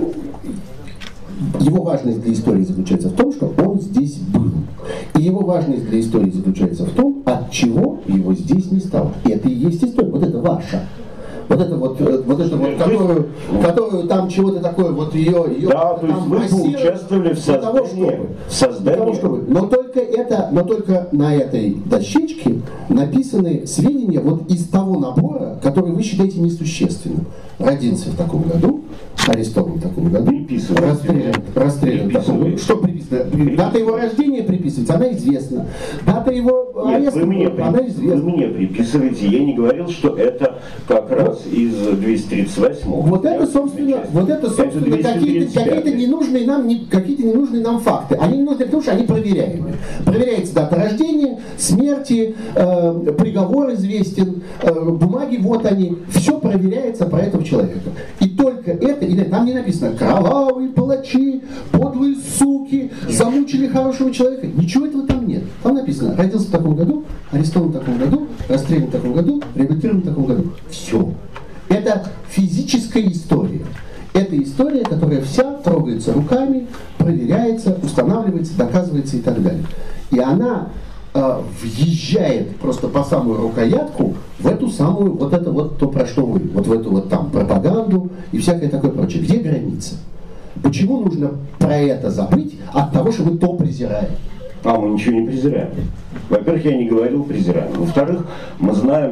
его важность для истории заключается в том, что он здесь был. И его важность для истории заключается в том, от чего его здесь не стало. И это и есть история, вот это ваша. Вот это вот, вот это вот, которую, которую там чего-то такое, вот ее, ее да, то есть вы участвовали в создании, того, чтобы, в создании. Того, чтобы, но только это, но только на этой дощечке написаны сведения вот из того набора, который вы считаете несущественным. Родился в таком году, арестован в таком году, расстрелян, расстрелян в таком году. Что приписано? Дата его рождения приписывается, она известна. Дата его ареста, она известна. Вы мне приписываете, я не говорил, что это как раз из двухсот тридцати восьмого. Вот это, собственно, вот это, собственно, какие-то, какие-то ненужные нам, какие-то ненужные нам факты. Они не нужны, потому что они проверяемые. Проверяется дата рождения, смерти, э, приговор известен, э, бумаги, вот они. Все проверяется про этого человека. И только это, и там не написано кровавые палачи, подлые суки, замучили хорошего человека. Ничего этого там нет. Там написано, родился в таком году, арестован в таком году, расстрелян в таком году, реабилитирован в таком году. Все. Это физическая история. Это история, которая вся трогается руками, проверяется, устанавливается, доказывается и так далее. И она э, въезжает просто по самую рукоятку в эту самую, вот это вот то, про что вы, вот в эту вот там пропаганду и всякое такое прочее. Где граница? Почему нужно про это забыть от того, что мы то презираем? А мы ничего не презираем. Во-первых, я не говорил презираем. Во-вторых, мы знаем,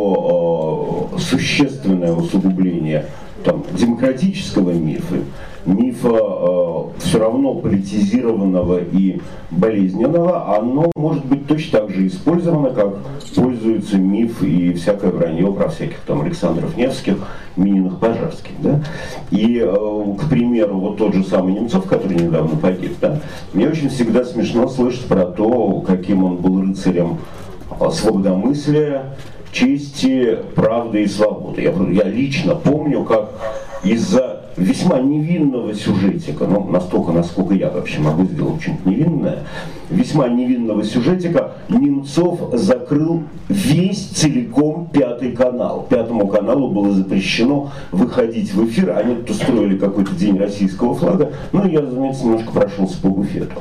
что э, существенное усугубление там, демократического мифа, мифа э, все равно политизированного и болезненного, оно может быть точно так же использовано, как пользуется миф и всякое вранье про всяких там Александров Невских, Мининых, Пожарских. Да? И, э, к примеру, вот тот же самый Немцов, который недавно погиб, да? Мне очень всегда смешно слышать про то, каким он был рыцарем свободомыслия, чести, правды и свободы. Я, я лично помню, как из-за весьма невинного сюжетика, ну, настолько, насколько я вообще могу сделать что-нибудь невинное, весьма невинного сюжетика Немцов закрыл весь целиком Пятый канал. Пятому каналу было запрещено выходить в эфир, они тут устроили какой-то день российского флага, ну, я, разумеется, немножко прошелся по буфету.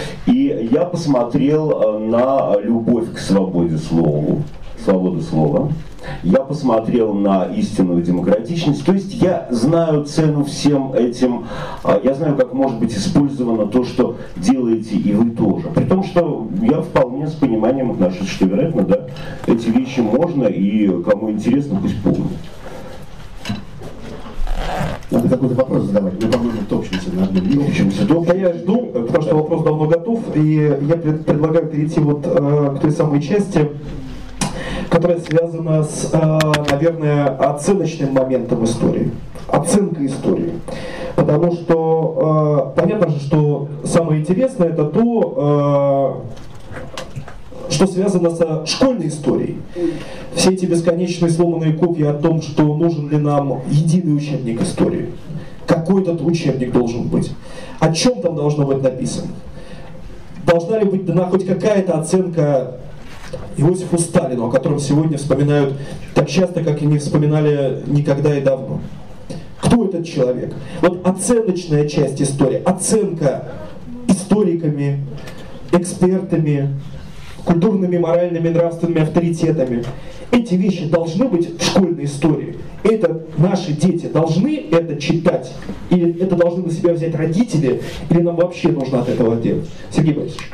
И я посмотрел на любовь к свободе слова, свободу слова. Я посмотрел на истинную демократичность, то есть я знаю цену всем этим, я знаю, как может быть использовано то, что делаете и вы тоже. При том, что я вполне с пониманием отношусь, что, вероятно, да, эти вещи можно, и кому интересно, пусть помнят. какой-то вопрос задавать. Мы, по-моему, топчемся на одном месте. Да, я жду, потому что вопрос давно готов, и я пред, предлагаю перейти вот э, к той самой части, которая связана с, э, наверное, оценочным моментом истории. Оценка истории. Потому что э, понятно же, что самое интересное это то, э, что связано со школьной историей. Все эти бесконечные сломанные копья о том, что нужен ли нам единый учебник истории. Какой этот учебник должен быть? О чем там должно быть написано? Должна ли быть дана хоть какая-то оценка Иосифу Сталину, о котором сегодня вспоминают так часто, как и не вспоминали никогда и давно? Кто этот человек? Вот оценочная часть истории, оценка историками, экспертами, культурными, моральными, нравственными авторитетами. Эти вещи должны быть в школьной истории. Это наши дети должны это читать? Или это должны на себя взять родители? Или нам вообще нужно от этого делать? Сергей Борисович.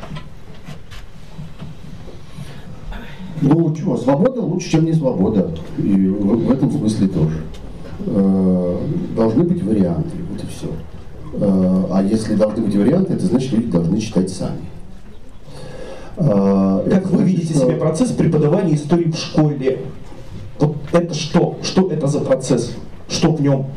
Ну, чего, свобода лучше, чем не свобода. И в, в этом смысле тоже. Э, должны быть варианты, вот и все. Э, а если должны быть варианты, это значит, люди должны читать сами. Э, как вы видите что... себе процесс преподавания истории в школе? Вот это что? Что это за процесс? Что в нем?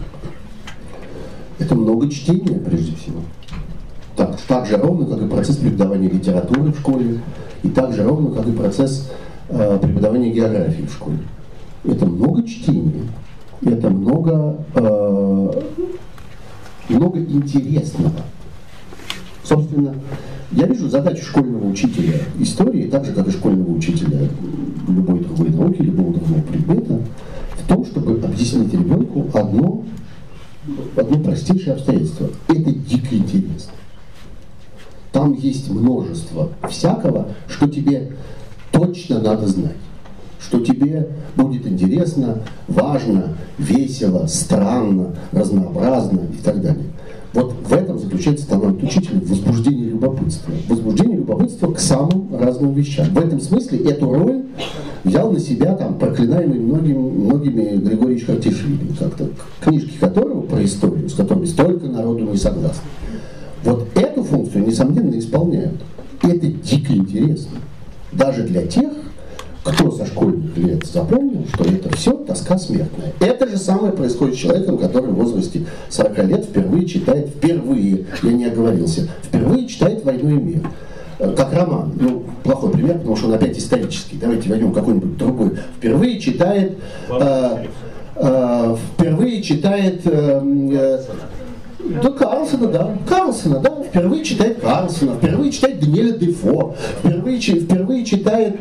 Это много чтения, прежде всего. Так, так же ровно, как и процесс преподавания литературы в школе, и так же ровно, как и процесс э, преподавания географии в школе. Это много чтения, это много, э, много интересного. Собственно, я вижу задачу школьного учителя истории, так же, как и школьного учителя любой другой науки, любого другого предмета, в том, чтобы объяснить ребенку одно, одно простейшее обстоятельство. Это дико интересно. Там есть множество всякого, что тебе точно надо знать. Что тебе будет интересно, важно, весело, странно, разнообразно и так далее. Вот в этом заключается талант учителя, в возбуждении любопытства. Возбуждение любопытства к самым разным вещам. В этом смысле эту роль взял на себя там проклинаемый многими, многими Григорий Чхартишвили, как-то книжки которого про историю, с которыми столько народу не согласны. Вот эту функцию, несомненно, исполняют. И это дико интересно. Даже для тех, кто со школьных лет запомнил, что это все тоска смертная. Это же самое происходит с человеком, который в возрасте сорока лет впервые читает, впервые, я не оговорился, впервые читает «Войну и мир». Как роман. Ну, плохой пример, потому что он опять исторический. Давайте возьмем какой-нибудь другой. Впервые читает... Э, э, впервые читает... Э, э, Да, Карлсона, да. Карлсона, да. Впервые читает Карлсона, впервые читает Даниэля Дефо, впервые, впервые читает,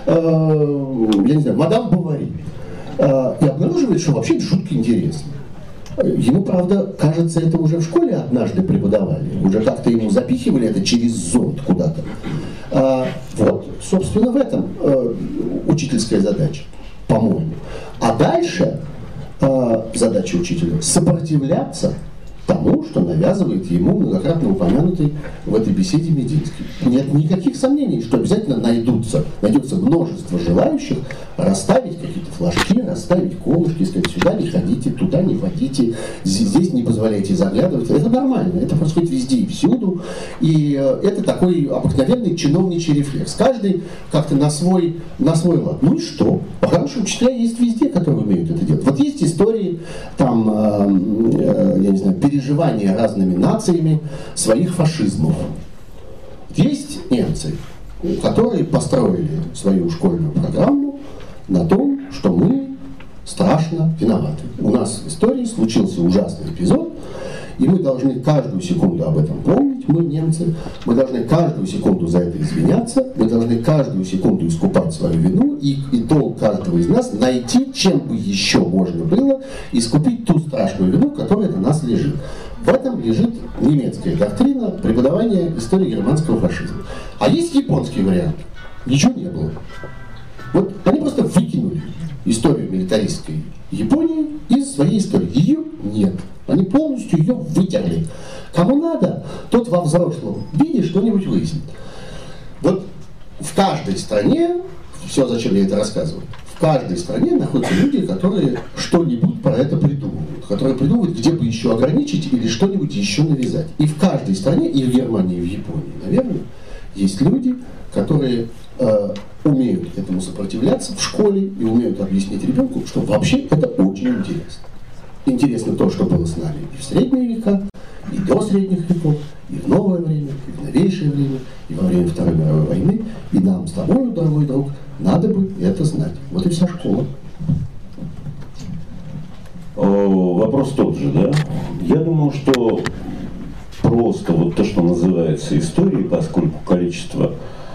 э, я не знаю, мадам Бовари. Э, и обнаруживает, что вообще жутко интересно. Ему, правда, кажется, это уже в школе однажды преподавали. Уже как-то ему запихивали это через зонт куда-то. Э, вот, собственно, в этом э, учительская задача, по-моему. А дальше э, задача учителя — сопротивляться тому, что навязывает ему многократно упомянутый в этой беседе Мединский. Нет никаких сомнений, что обязательно найдутся, найдется множество желающих расставить какие-то флажки, расставить колышки, сказать, сюда не ходите, туда не ходите, здесь не позволяйте заглядывать. Это нормально, это происходит везде и всюду. И это такой обыкновенный чиновничий рефлекс. Каждый как-то на свой, на свой лад. Ну и что? Хорошие учителя есть везде, которые умеют это делать. Вот есть истории, там, э, я не знаю, переживания разными нациями своих фашизмов. Есть немцы, которые построили свою школьную программу на том, что мы страшно виноваты. У нас в истории случился ужасный эпизод, и мы должны каждую секунду об этом помнить, мы, немцы, мы должны каждую секунду за это извиняться, мы должны каждую секунду искупать свою вину, и, и долг каждого из нас найти, чем бы еще можно было искупить ту страшную вину, которая на нас лежит. В этом лежит немецкая доктрина преподавания истории германского фашизма. А есть японский вариант. Ничего не было. Вот они просто выкинули историю милитаристской Японии из своей истории. Ее нет. Они полностью ее вытерли. Кому надо, тот во взрослом виде что-нибудь выяснит. Вот в каждой стране, все, зачем я это рассказываю, в каждой стране находятся люди, которые что-нибудь про это придумывают, которые придумывают, где бы еще ограничить или что-нибудь еще навязать. И в каждой стране, и в Германии, и в Японии, наверное, есть люди, которые э, умеют этому сопротивляться в школе и умеют объяснить ребенку, что вообще это очень интересно. Интересно то, что было с нами и в средние века, и до средних веков, и в новое время, и в новейшее время, и во время Второй мировой войны. И нам с тобой, дорогой друг, надо бы это знать. Вот и вся школа. Вопрос тот же, да? Я думаю, что просто вот то, что называется историей, поскольку количество,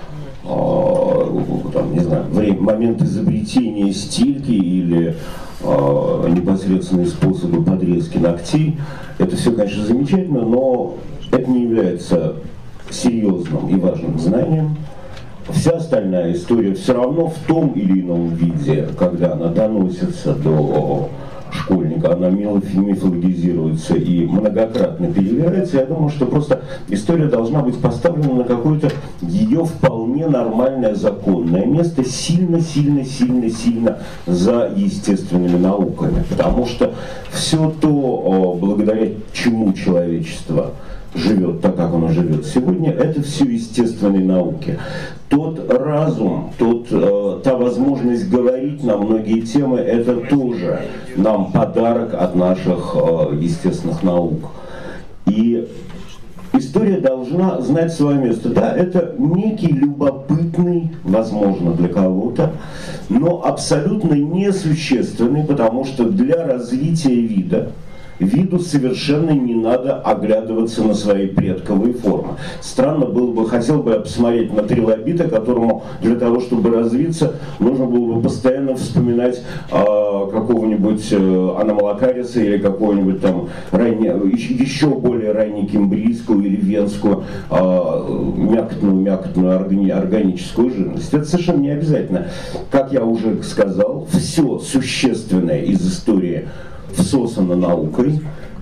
там, не знаю, время, момент изобретения стильки или непосредственные способы подрезки ногтей, это все, конечно, замечательно, но это не является серьезным и важным знанием. Вся остальная история все равно в том или ином виде, когда она доносится до школьника, она мифологизируется и многократно перевирается. Я думаю, что просто история должна быть поставлена на какое-то ее вполне нормальное законное место, сильно-сильно-сильно-сильно за естественными науками. Потому что все то, благодаря чему человечество живет так, как оно живет сегодня, это все естественные науки. Тот разум, тот, э, та возможность говорить на многие темы, это тоже нам подарок от наших э, естественных наук. И история должна знать свое место. Да, это некий любопытный, возможно, для кого-то, но абсолютно несущественный, потому что для развития вида, виду совершенно не надо оглядываться на свои предковые формы. Странно было бы, хотел бы я посмотреть на трилобита, которому для того, чтобы развиться, нужно было бы постоянно вспоминать э, какого-нибудь э, аномалокариса или какого-нибудь там ранее, еще более раннекембрийскую или венскую э, мякотную-мякотную органи, органическую живность. Это совершенно не обязательно. Как я уже сказал, все существенное из истории всосано наукой,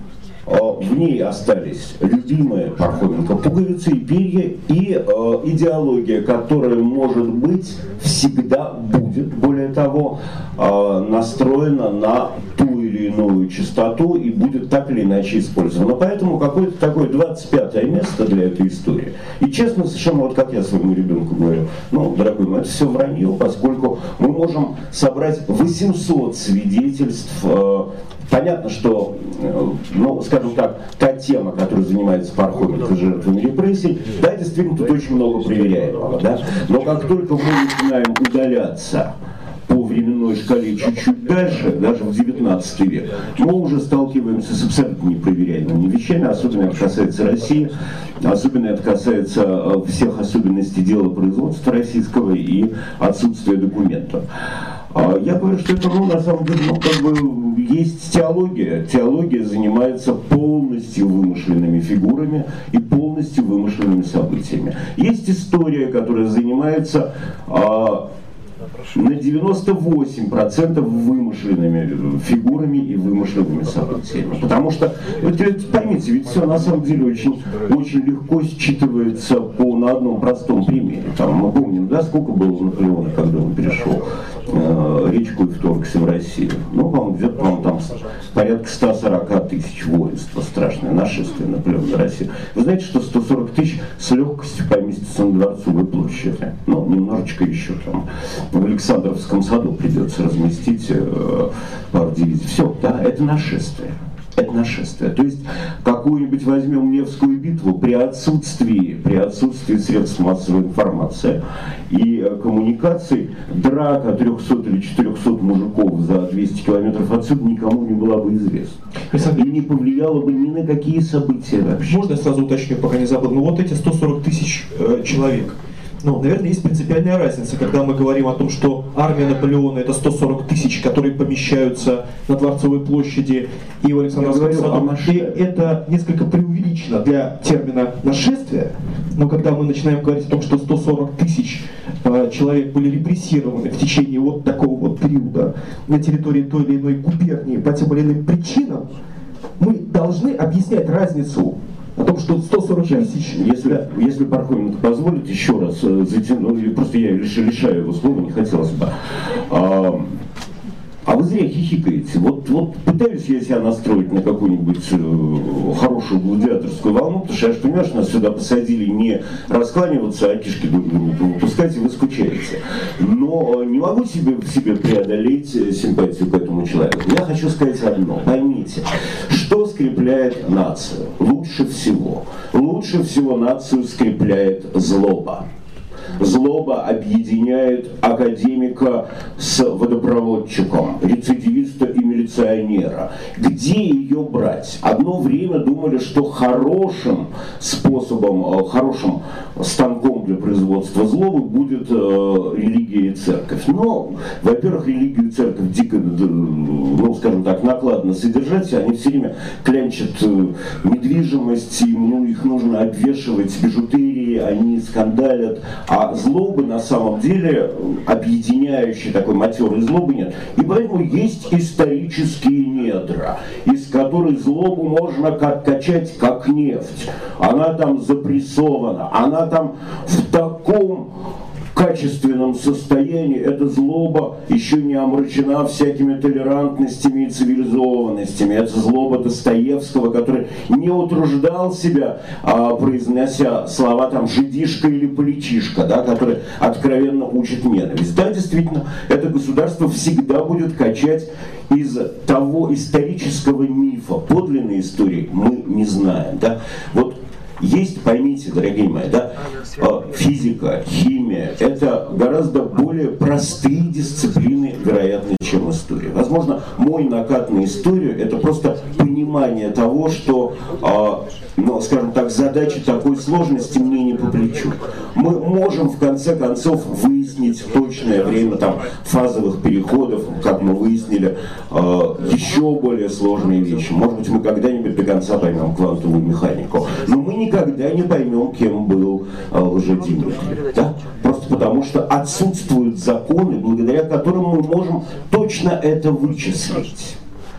в ней остались любимые Пархоменко пуговицы и перья, и э, идеология, которая, может быть, всегда будет, более того, э, настроена на ту или иную частоту и будет так или иначе использована. Поэтому какое-то такое двадцать пятое место для этой истории. И честно, совершенно вот как я своему ребенку говорю, ну, дорогой мой, это все вранье, поскольку мы можем собрать восемьсот свидетельств. э, Понятно, что, ну, скажем так, та тема, которой занимается Пархоменко, жертвами репрессий, да, действительно, тут очень много проверяемого, да, но как только мы начинаем удаляться по временной шкале чуть-чуть дальше, даже в девятнадцатый век, мы уже сталкиваемся с абсолютно непроверяемыми вещами, особенно это касается России, особенно это касается всех особенностей дела производства российского и отсутствия документов. Я говорю, что это, ну, на самом деле, ну, как бы есть теология. Теология занимается полностью вымышленными фигурами и полностью вымышленными событиями. Есть история, которая занимается а, на девяносто восемь процентов вымышленными фигурами и вымышленными событиями. Потому что, вот, поймите, ведь все на самом деле очень, очень легко считывается по, на одном простом примере. Там, мы помним, да, сколько было у Наполеона, когда он перешел э, речку и вторгся в Россию. Ну, по-моему, где-то, по-моему, там порядка ста сорока тысяч воинства. Страшное нашествие Наполеона на Россию. Вы знаете, что сто сорок тысяч с легкостью поместится на Дворцовой площади? Ну, немножечко еще там в Александровском саду придется разместить э, пару дивизий. Все, да, это нашествие. Это нашествие. То есть какую-нибудь возьмем Невскую битву при отсутствии, при отсутствии средств массовой информации и э, коммуникаций, драка трехсот или четырехсот мужиков за двести километров отсюда никому не была бы известна. И не повлияла бы ни на какие события вообще. Можно я сразу уточню, пока не забыл? Ну вот эти сто сорок тысяч э, человек. Ну, наверное, есть принципиальная разница, когда мы говорим о том, что армия Наполеона это сто сорок тысяч, которые помещаются на Дворцовой площади и в Александровском саду. И это несколько преувеличено для термина нашествия, но когда мы начинаем говорить о том, что сто сорок тысяч э, человек были репрессированы в течение вот такого вот периода на территории той или иной губернии по тем или иным причинам, мы должны объяснять разницу О том, что сто сорок тысяч. Если, если Пархоменко позволит, еще раз затяну, просто я лишаю его слова, не хотелось бы. А, а вы зря хихикаете. Вот, вот пытаюсь я себя настроить на какую-нибудь э, хорошую гладиаторскую волну, потому что я же понимаю, что нас сюда посадили не раскланиваться, а кишки выпускать, и вы скучаете. Но не могу себе, в себе преодолеть симпатию к этому человеку. Я хочу сказать одно. Поймите, что скрепляет нацию? Лучше всего. Лучше всего нацию скрепляет злоба. Злоба объединяет академика с водопроводчиком, рецидивиста и милиционера. Где ее брать? Одно время думали, что хорошим способом, хорошим станком для производства злобы будет э, религия и церковь. Но, во-первых, религию и церковь дико, ну, скажем так, накладно содержать. Они все время клянчат э, недвижимость, им, ну, их нужно обвешивать бижутерией, они скандалят. А злобы на самом деле, объединяющей такой матерой злобы нет. И поэтому есть исторические недра, из которых злобу можно как качать как нефть. Она там запрессована, она там в таком качественном состоянии, эта злоба еще не омрачена всякими толерантностями и цивилизованностями. Это злоба Достоевского, который не утруждал себя, а, произнося слова там «жидишка» или «политишка», да, который откровенно учит ненависть. Да, действительно, это государство всегда будет качать из того исторического мифа. Подлинной истории мы не знаем. Да? Вот есть, поймите, дорогие мои, да, физика, химия – это гораздо более простые дисциплины, вероятно, чем история. Возможно, мой накат на историю – это просто понимание того, что, ну, скажем так, задачи такой сложности мне не по плечу. Мы можем, в конце концов, выяснить точное время там, фазовых переходов, как мы выяснили, еще более сложные вещи. Может быть, мы когда-нибудь до конца поймем квантовую механику. Но мы никогда не поймем, кем был Лжедимитрий. Да? Просто потому, что отсутствуют законы, благодаря которым мы можем точно это вычислить.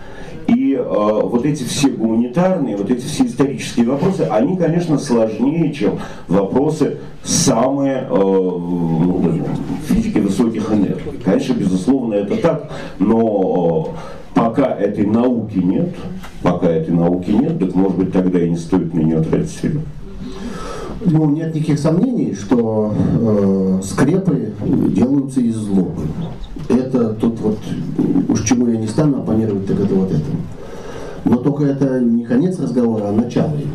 И э, вот эти все гуманитарные, вот эти все исторические вопросы, они, конечно, сложнее, чем вопросы самые э, ну, физики высоких энергий. Конечно, безусловно, это так, но э, пока этой науки нет, пока этой науки нет, так, может быть, тогда и не стоит на нее тратить время. Ну, нет никаких сомнений, что э, скрепы делаются из злобы. Это тут вот, уж чему я не стану оппонировать, так это вот это. Но только это не конец разговора, а начало его.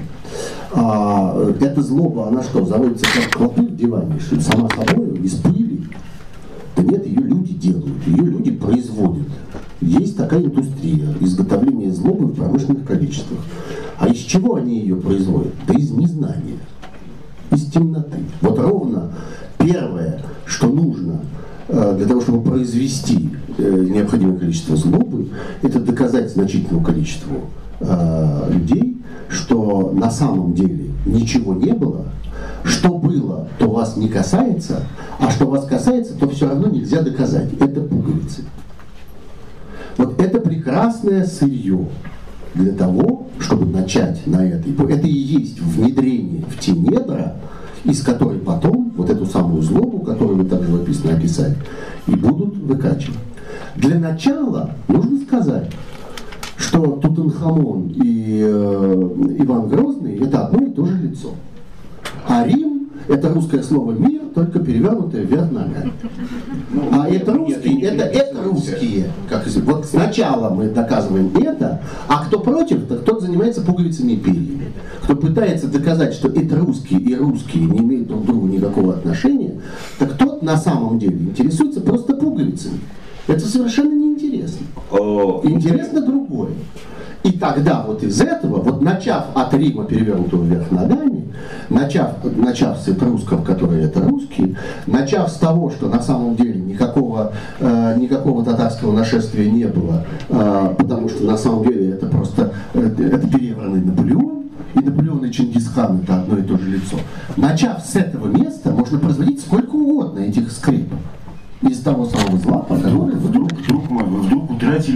А эта злоба, она что, заводится как клопы в диване, что сама собой, из пыли? Да нет, ее люди делают, ее люди производят. Есть такая индустрия изготовления злобы в промышленных количествах. А из чего они ее производят? Да из незнания, из темноты. Вот ровно первое, что нужно для того, чтобы произвести необходимое количество злобы, это доказать значительному количеству людей, что на самом деле ничего не было, что было, то вас не касается, а что вас касается, то все равно нельзя доказать. Это пуговицы. Вот это прекрасное сырье для того, чтобы начать на этой. Это и есть внедрение в те недра, из которой потом вот эту самую злобу, которую вы так живописно описали, и будут выкачивать. Для начала нужно сказать, что Тутанхамон и э, Иван Грозный – это одно и то же лицо. А Рим – это русское слово «мир», только перевернутое вверх ногами. А это русские, это, это русские. Как, вот сначала мы доказываем это, а кто против, так тот занимается пуговицами и перьями. Кто пытается доказать, что это русские и русские не имеют друг к другу никакого отношения, так тот на самом деле интересуется просто пуговицами. Это совершенно неинтересно. Интересно другое. И тогда вот из этого, вот начав от Рима, перевернутого вверх ногами, начав, начав с этрусков, которые это русские, начав с того, что на самом деле никакого, э, никакого татарского нашествия не было, э, потому что на самом деле это просто э, это перевранный Наполеон, и Наполеон и Чингисхан это одно и то же лицо. Начав с этого места, можно производить сколько угодно этих скрипов. Из того самого зла, по которому... Вдруг, вдруг, мы, вы вдруг утратили логику.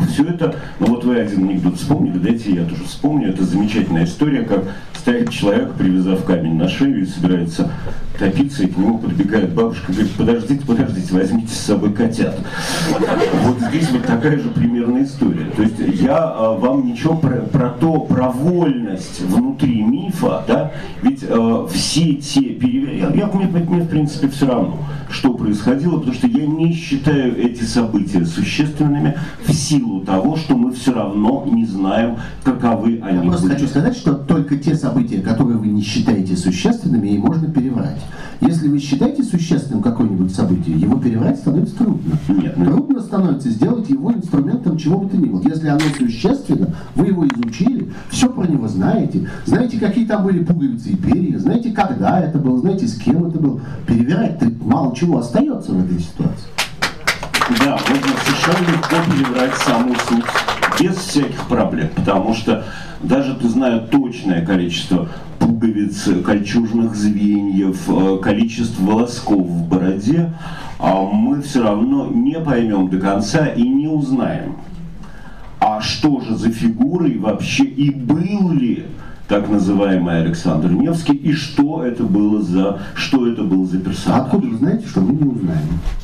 все это, ну вот вы один анекдот вспомнили, дайте я тоже вспомню. Это замечательная история, как стоит человек, привязав камень на шею и собирается топиться, и к нему подбегает бабушка, говорит: подождите, подождите, возьмите с собой котят. Вот здесь вот такая же примерная история. То есть я а, вам ничего про, про то, про вольность внутри мифа, да, ведь а, все те переверки, я, мне, мне в принципе все равно, что происходило, потому что я не считаю эти события существенными в силу того, что мы все равно не знаем, каковы они. Я просто были. Хочу сказать, что только те события, которые вы не считаете существенными, и можно переврать. Если вы считаете существенным какое-нибудь событие, его переврать становится трудно. Нет, трудно нет. становится сделать его инструментом чего бы то ни было. Если оно существенно, вы его изучили, все про него знаете, знаете, какие там были пуговицы и перья, знаете, когда это было, знаете, с кем это было. Перевирать-то мало чего остается в этой ситуации. Да, можно совершенно легко переврать саму суть, без всяких проблем, потому что даже ты зная точное количество пуговиц, кольчужных звеньев, количество волосков в бороде, мы все равно не поймем до конца и не узнаем, а что же за фигурой вообще и был ли так называемый Александр Невский, и что это было за, что это был за персонаж. Откуда вы знаете, что мы не узнаем?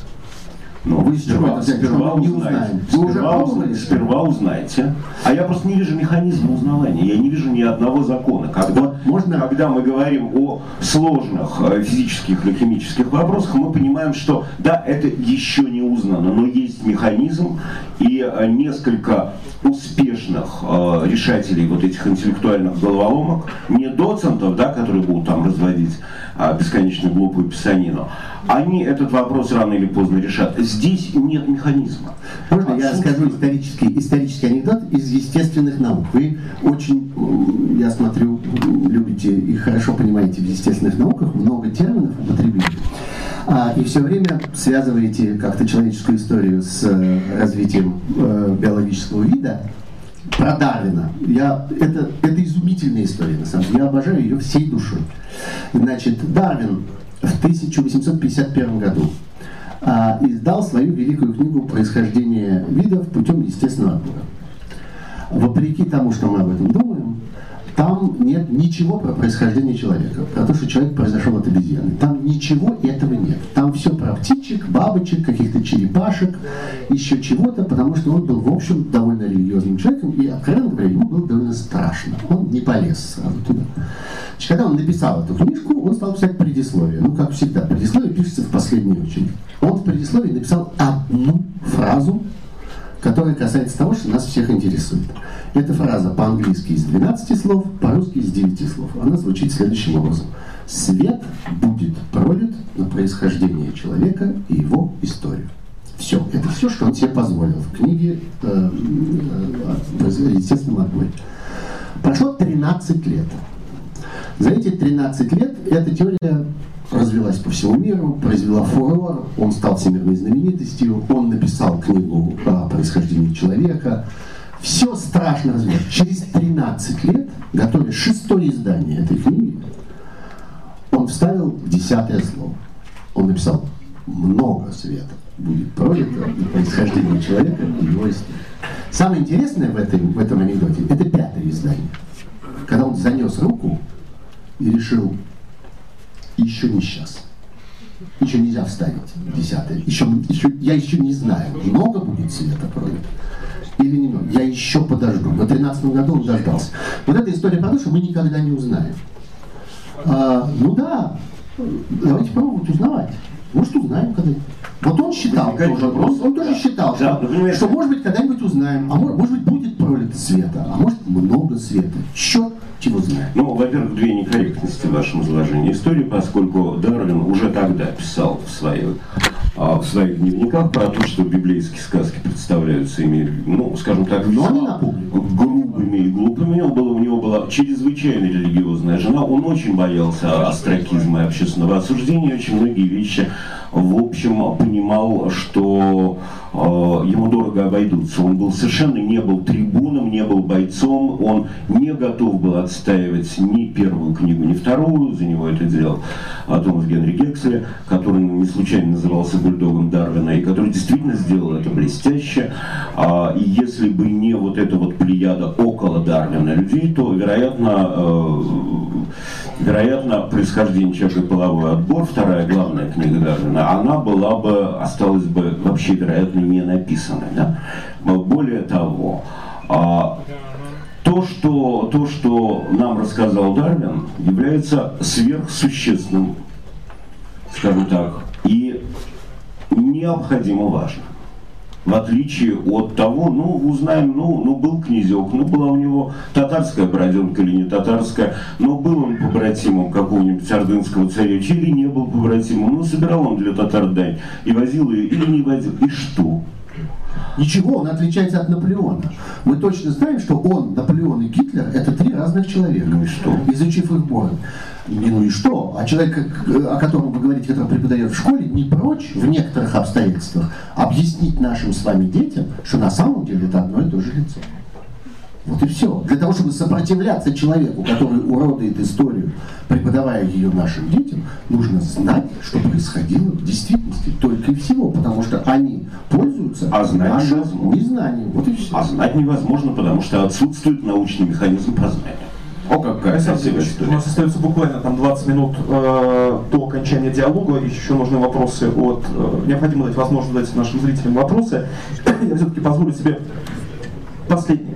Но вы сперва, сперва, узнаете, сперва, узнаете, сперва узнаете. А я просто не вижу механизма узнавания, я не вижу ни одного закона. Когда, вот можно... когда мы говорим о сложных физических или химических вопросах, мы понимаем, что да, это еще не узнано, но есть механизм, и несколько успешных э, решателей вот этих интеллектуальных головоломок, не доцентов, да, которые будут там разводить э, бесконечно глупую писанину, они этот вопрос рано или поздно решат. Здесь нет механизма. Можно я расскажу исторический, исторический анекдот из естественных наук? Вы очень, я смотрю, любите и хорошо понимаете в естественных науках, много терминов употребили. А, и все время связываете как-то человеческую историю с э, развитием э, биологического вида. Про Дарвина. Я, это, это изумительная история, на самом деле. Я обожаю ее всей душой. Значит, Дарвин в тысяча восемьсот пятьдесят первом году а, издал свою великую книгу «Происхождение видов путем естественного отбора». Вопреки тому, что мы об этом думаем, там нет ничего про происхождение человека, про то, что человек произошел от обезьяны. Там ничего этого нет. Там все про птичек, бабочек, каких-то черепашек, еще чего-то, потому что он был, в общем, довольно религиозным человеком, и, откровенно говоря, ему было довольно страшно. Он не полез сразу туда. Значит, когда он написал эту книжку, он стал писать предисловие. Ну, как всегда, предисловие пишется в последнюю очередь. Он в предисловии написал одну фразу, которая касается того, что нас всех интересует. Эта фраза по-английски из двенадцати слов, по-русски из девяти слов. Она звучит следующим образом. «Свет будет пролит на происхождение человека и его историю». Все. Это все, что он себе позволил в книге э, э, «Естественном отборе». Прошло тринадцать лет. За эти тринадцать лет эта теория развилась по всему миру, произвела фурор, он стал всемирной знаменитостью, он написал книгу о происхождении человека. Все страшно развилось. Через тринадцать лет, готовя шестое издание этой книги, он вставил десятое слово. Он написал: много света будет пролито на происхождение человека и его истории. Самое интересное в, этой, в этом анекдоте — это пятое издание. Когда он занес руку и решил: еще не сейчас. Еще нельзя вставить десятое. Еще, еще, я еще не знаю, много будет света пролито или немного. Я еще подожду. На тринадцатом году он дождался. Вот эта история про то, что мы никогда не узнаем. А, ну да, давайте пробовать узнавать. Может, узнаем когда-нибудь. Вот он считал, тоже, он, он тоже считал, да, что, например, что может быть когда-нибудь узнаем, а может, может быть будет пролито света, а может много света. Черт чего знаем. Ну, во-первых, две некорректности в вашем изложении истории, поскольку Дарвин уже тогда писал в своих, в своих дневниках про то, что библейские сказки представляются ими, ну, скажем так, грубыми и глупыми. У него, было, у него была чрезвычайно религиозная жена, он очень боялся остракизма и общественного осуждения, очень многие вещи, в общем, понимал, что э, ему дорого обойдутся. Он был совершенно не был трибуном, не был бойцом, он не готов был отстаивать ни первую книгу, ни вторую, за него это делал Томас Генри Гексли, который не случайно назывался бульдогом Дарвина, и который действительно сделал это блестяще. И если бы не вот эта вот плеяда около Дарвина людей, то, вероятно, вероятно, «Происхождение человека и половой отбор», вторая главная книга Дарвина, она была бы, осталась бы вообще, вероятно, не написанной. Да? Более того, то что, то, что нам рассказал Дарвин, является сверхсущественным, скажем так, и необходимо важным. В отличие от того, ну, узнаем, ну, ну, был князек, ну, была у него татарская броденка или не татарская, но был он побратимом какого-нибудь ордынского царевича или не был побратимом, ну, собирал он для татар дань и возил ее или не возил, и что? Ничего, он отличается от Наполеона. Мы точно знаем, что он, Наполеон и Гитлер — это три разных человека. Ну и что? Изучив их бой. Не ну и что? А человек, о котором вы говорите, который преподает в школе, не прочь в некоторых обстоятельствах объяснить нашим с вами детям, что на самом деле это одно и то же лицо. Вот и все. Для того, чтобы сопротивляться человеку, который уродует историю, преподавая ее нашим детям, нужно знать, что происходило в действительности, только и всего, потому что они пользуются а нашим незнанием. Вот и все. А знать невозможно, потому что отсутствует научный механизм познания. О, какая красивая история. У нас остается буквально там двадцать минут э, до окончания диалога, еще нужны вопросы от... Э, необходимо дать возможность задать нашим зрителям вопросы. Я все-таки позволю себе последний.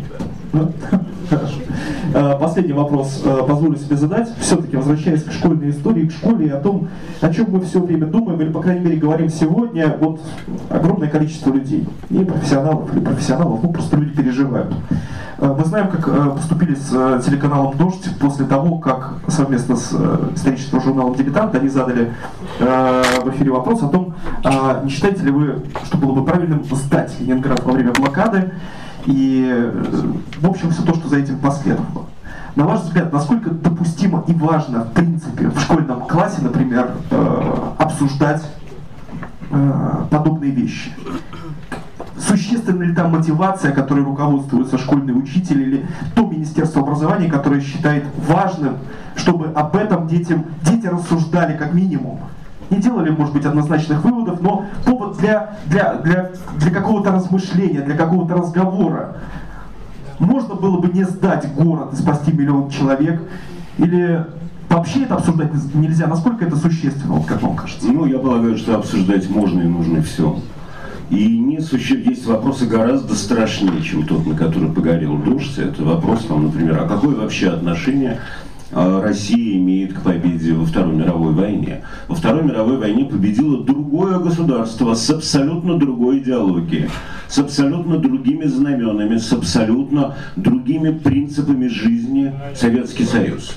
Хорошо. Последний вопрос позволю себе задать, все-таки возвращаясь к школьной истории, к школе и о том, о чем мы все время думаем, или, по крайней мере, говорим сегодня, вот огромное количество людей, не профессионалов или профессионалов, ну просто люди переживают. Мы знаем, как поступили с телеканалом «Дождь» после того, как совместно с историческим журналом «Дилетант» они задали в эфире вопрос о том, не считаете ли вы, что было бы правильным сдать Ленинград во время блокады, и, в общем, все то, что за этим последовало. На ваш взгляд, насколько допустимо и важно, в принципе, в школьном классе, например, э, обсуждать э, подобные вещи? Существенна ли там мотивация, которой руководствуется школьный учитель или то Министерство образования, которое считает важным, чтобы об этом детям, дети рассуждали как минимум? Не делали, может быть, однозначных выводов, но повод для, для, для, для какого-то размышления, для какого-то разговора. Можно было бы не сдать город и спасти миллион человек? Или вообще это обсуждать нельзя? Насколько это существенно, вот как вам кажется? Ну, я полагаю, что обсуждать можно и нужно все. И не суще... есть вопросы гораздо страшнее, чем тот, на который погорел «Дождь». Это вопрос, там, например, а какое вообще отношение Россия имеет к победе во Второй мировой войне. Во Второй мировой войне победило другое государство с абсолютно другой идеологией, с абсолютно другими знаменами, с абсолютно другими принципами жизни Советский Союз.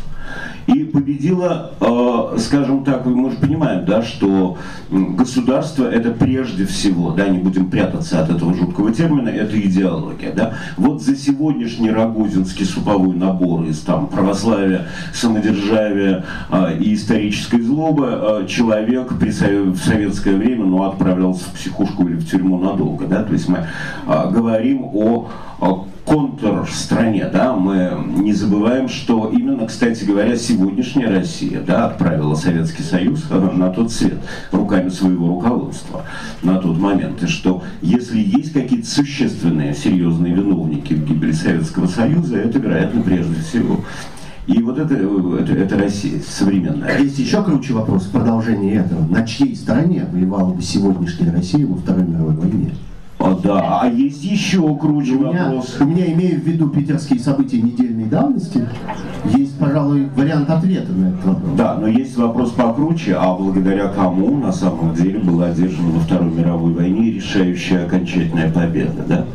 И победила, э, скажем так, мы же понимаем, да, что государство это прежде всего, да, не будем прятаться от этого жуткого термина, это идеология. Да. Вот за сегодняшний рогозинский суповой набор из там, православия, самодержавия э, и исторической злобы э, человек при, в советское время ну, отправлялся в психушку или в тюрьму надолго. Да. То есть мы э, говорим о, о контрстране, да, мы не забываем, что именно, кстати говоря, сегодняшняя Россия, да, отправила Советский Союз на тот свет руками своего руководства на тот момент, и что если есть какие-то существенные, серьезные виновники в гибели Советского Союза, это, вероятно, прежде всего. И вот это, это, это Россия современная. Есть еще круче вопрос в продолжении этого. На чьей стороне воевала бы сегодняшняя Россия во Второй мировой войне? А, да, а есть еще круче у меня, вопрос. У меня, имея в виду питерские события недельной давности, есть, пожалуй, вариант ответа на этот вопрос. Да, но есть вопрос покруче, а благодаря кому на самом деле была одержана во Второй мировой войне решающая окончательная победа, да?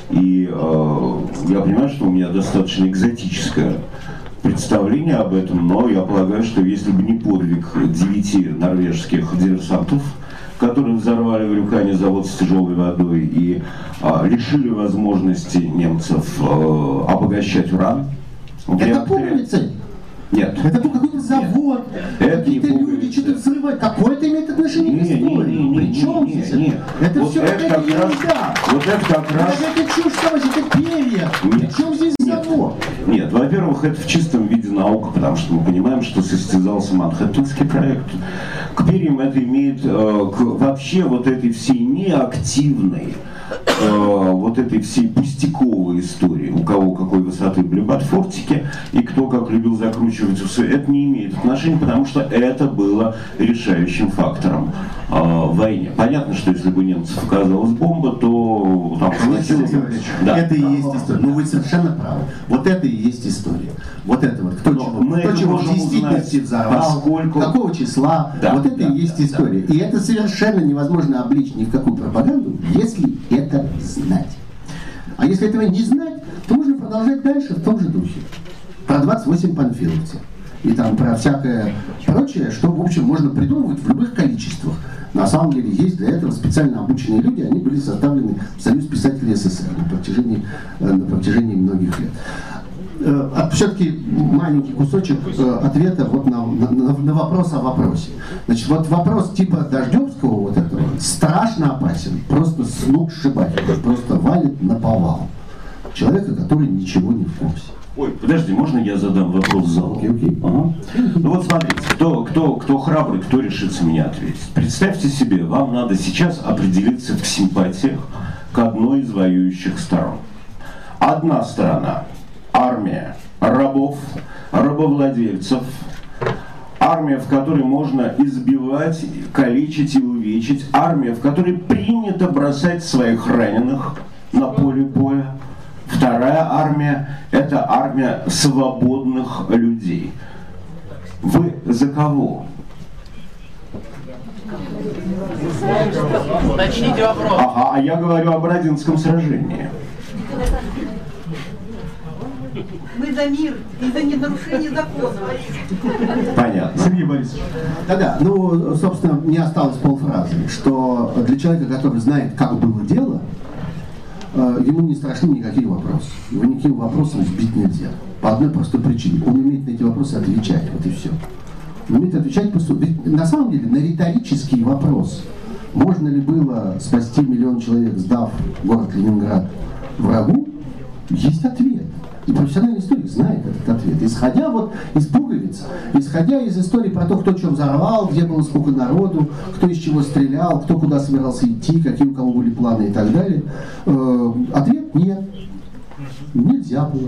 И э, я понимаю, что у меня достаточно экзотическое представление об этом, но я полагаю, что если бы не подвиг девяти норвежских диверсантов, которые взорвали в Рюкане завод с тяжелой водой и а, лишили возможности немцев а, обогащать уран. Это помнится? Нет. Это был какой-то завод, какие-то люди что-то взрывают. Какое это имеет отношение к истории? Причем здесь? Нет. Это вот все это какая-то как раз, ерунда. Вот это как раз... Это чушь, это перья. Причем здесь завод? Нет, во-первых, это в чистом виде наука, потому что мы понимаем, что состязался Манхэттенский проект. К перьям это имеет, к вообще вот этой всей неактивной, вот этой всей пустяковой истории, у кого какой высоты были ботфортики и кто как любил закручивать усы, это не имеет отношения, потому что это было решающим фактором э, в войне. Понятно, что если бы немцев оказалась бомба, то там хватилось... Да. Это и есть история. Ну вы совершенно правы. Вот это и есть история. Вот это вот. Кто чего, мы кто чего в действительности взорвал, поскольку... какого числа. Да, вот это да, и есть да, история. Да. И это совершенно невозможно обличь ни в какую пропаганду, если это знать. А если этого не знать, то можно продолжать дальше в том же духе. Про двадцать восемь панфиловцев. И там про всякое прочее, что, в общем, можно придумывать в любых количествах. На самом деле есть для этого специально обученные люди, они были составлены в Союз писателей СССР на протяжении, на протяжении многих лет. Все-таки маленький кусочек ответа вот на, на, на вопрос о вопросе. Значит, вот вопрос типа Дождевского вот этого страшно опасен, просто с ног сшибает, просто валит на повал человека, который ничего не в курсе. Ой, подожди, можно я задам вопрос в зал? Okay, okay. Ага. Ну вот смотрите, кто, кто, кто храбрый, кто решится меня ответить. Представьте себе, вам надо сейчас определиться в симпатиях к одной из воюющих сторон. Одна сторона – армия рабов, рабовладельцев, армия, в которой можно избивать, калечить и увечить, армия, в которой принято бросать своих раненых на поле боя. Вторая армия – это армия свободных людей. Вы за кого? Начните вопрос. Ага, а я говорю о Бородинском сражении. Мы за мир и за недорушение закона. Понятно. Сергей Борисович. Да-да, ну, собственно, мне осталось полфразы, что для человека, который знает, как было дело, ему не страшны никакие вопросы. Его никаким вопросом сбить нельзя. По одной простой причине. Он умеет на эти вопросы отвечать. Вот и все. Он умеет отвечать по сути. Ведь на самом деле на риторический вопрос, можно ли было спасти миллион человек, сдав город Ленинград врагу, есть ответ. И профессиональный историк знает этот ответ. Исходя вот из пуговиц, исходя из истории про то, кто что взорвал, где было сколько народу, кто из чего стрелял, кто куда собирался идти, какие у кого были планы и так далее, э, ответ нет. Нельзя было.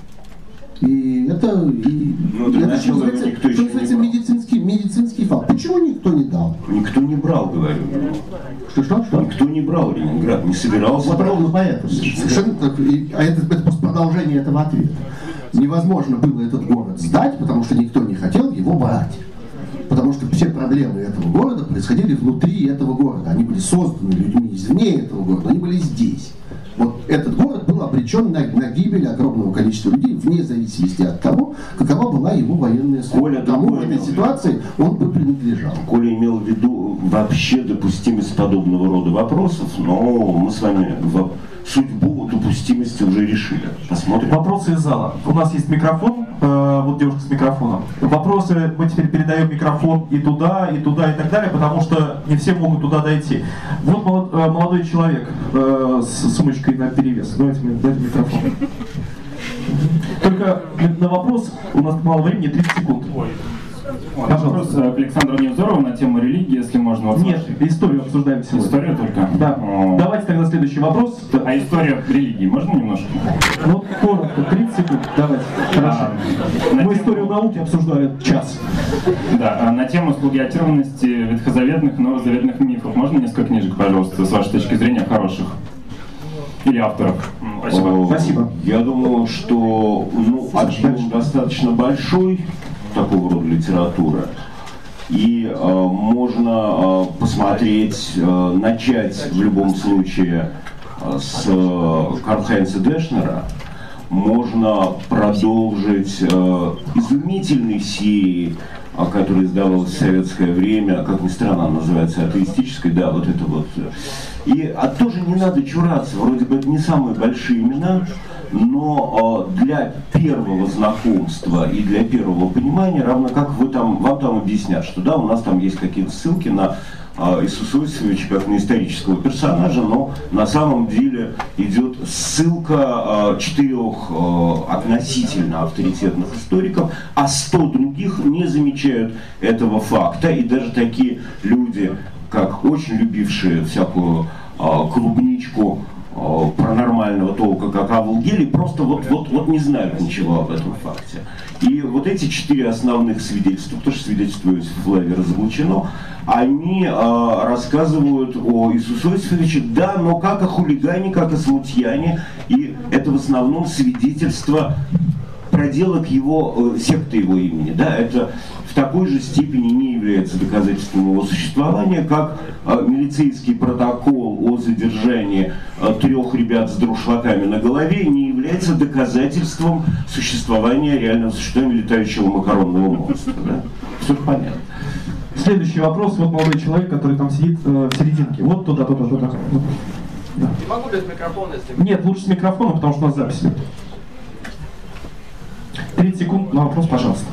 И это, и, ну, это что называется, что называется медицинский, медицинский факт. Почему никто не дал? Никто не брал, говорю. Что, что, что? Никто не брал Ленинград, не собирался. Вот ровно поэтому. Совершенно так, и, а это, это просто продолжение этого ответа. Невозможно было этот город сдать, потому что никто не хотел его брать. Потому что все проблемы этого города происходили внутри этого города. Они были созданы людьми извне этого города, они были здесь. Вот этот город был обречен на, на гибель огромного количества людей, вне зависимости от того, какова была его военная судьба. Кому в этой ситуации он бы принадлежал. Коля имел в виду вообще допустимость подобного рода вопросов, но мы с вами в судьбу допустимости уже решили. Посмотрим. Вопросы из зала. У нас есть микрофон, э, вот девушка с микрофоном. Вопросы мы теперь передаем микрофон и туда, и туда, и так далее, потому что не все могут туда дойти. Вот молод, э, молодой человек э, с сумочкой на перевес. Давайте, дайте микрофон. Только на вопрос у нас мало времени, тридцать секунд. Вопрос к Александру Невзорову на тему религии, если можно. Вот Нет, историю обсуждаем сегодня. Историю только? Да. О. Давайте тогда следующий вопрос. А история религии можно немножко? Ну, коротко, тридцать секунд. Давайте. Хорошо. А, Мы тему... историю науки обсуждали час. Да, а на тему сплагиатированности ветхозаветных и новозаветных мифов можно несколько книжек, пожалуйста, с вашей точки зрения, хороших? Или авторов? Спасибо. О, Спасибо. Я думаю, что ну, объем достаточно большой такого рода литературы. И э, можно э, посмотреть, э, начать в любом случае э, с э, Карл-Хайнца Дешнера, можно продолжить э, изумительной серии, э, которая издавалась в советское время, как ни странно, она называется атеистической, да, вот это вот. И а тоже не надо чураться, вроде бы это не самые большие имена, но э, для первого знакомства и для первого понимания, равно как вы там, вам там объяснят, что да, у нас там есть какие-то ссылки на Иисуса Иосифовича как на исторического персонажа, но на самом деле идет ссылка четырех относительно авторитетных историков, а сто других не замечают этого факта, и даже такие люди, как очень любившие всякую клубничку паранормального толка, как Авел Гелий, просто вот, вот, вот не знают ничего об этом факте. И вот эти четыре основных свидетельства, потому что свидетельство Иосифа Флавия разоблачено, они э, рассказывают о Иисусе Иосифовиче, да, но как о хулигане, как о смутьяне, и это в основном свидетельство проделок его, э, секты его имени, да, это в такой же степени не является доказательством его существования, как э, милицейский протокол о задержании э, трех ребят с друшлаками на голове не является доказательством существования, реального существования летающего макаронного монстра, да? Все понятно. Следующий вопрос, вот молодой человек, который там сидит э, в серединке, вот туда, туда, туда. Да. Не могу без микрофона, если... Нет, лучше с микрофоном, потому что у нас запись. тридцать секунд на вопрос, пожалуйста.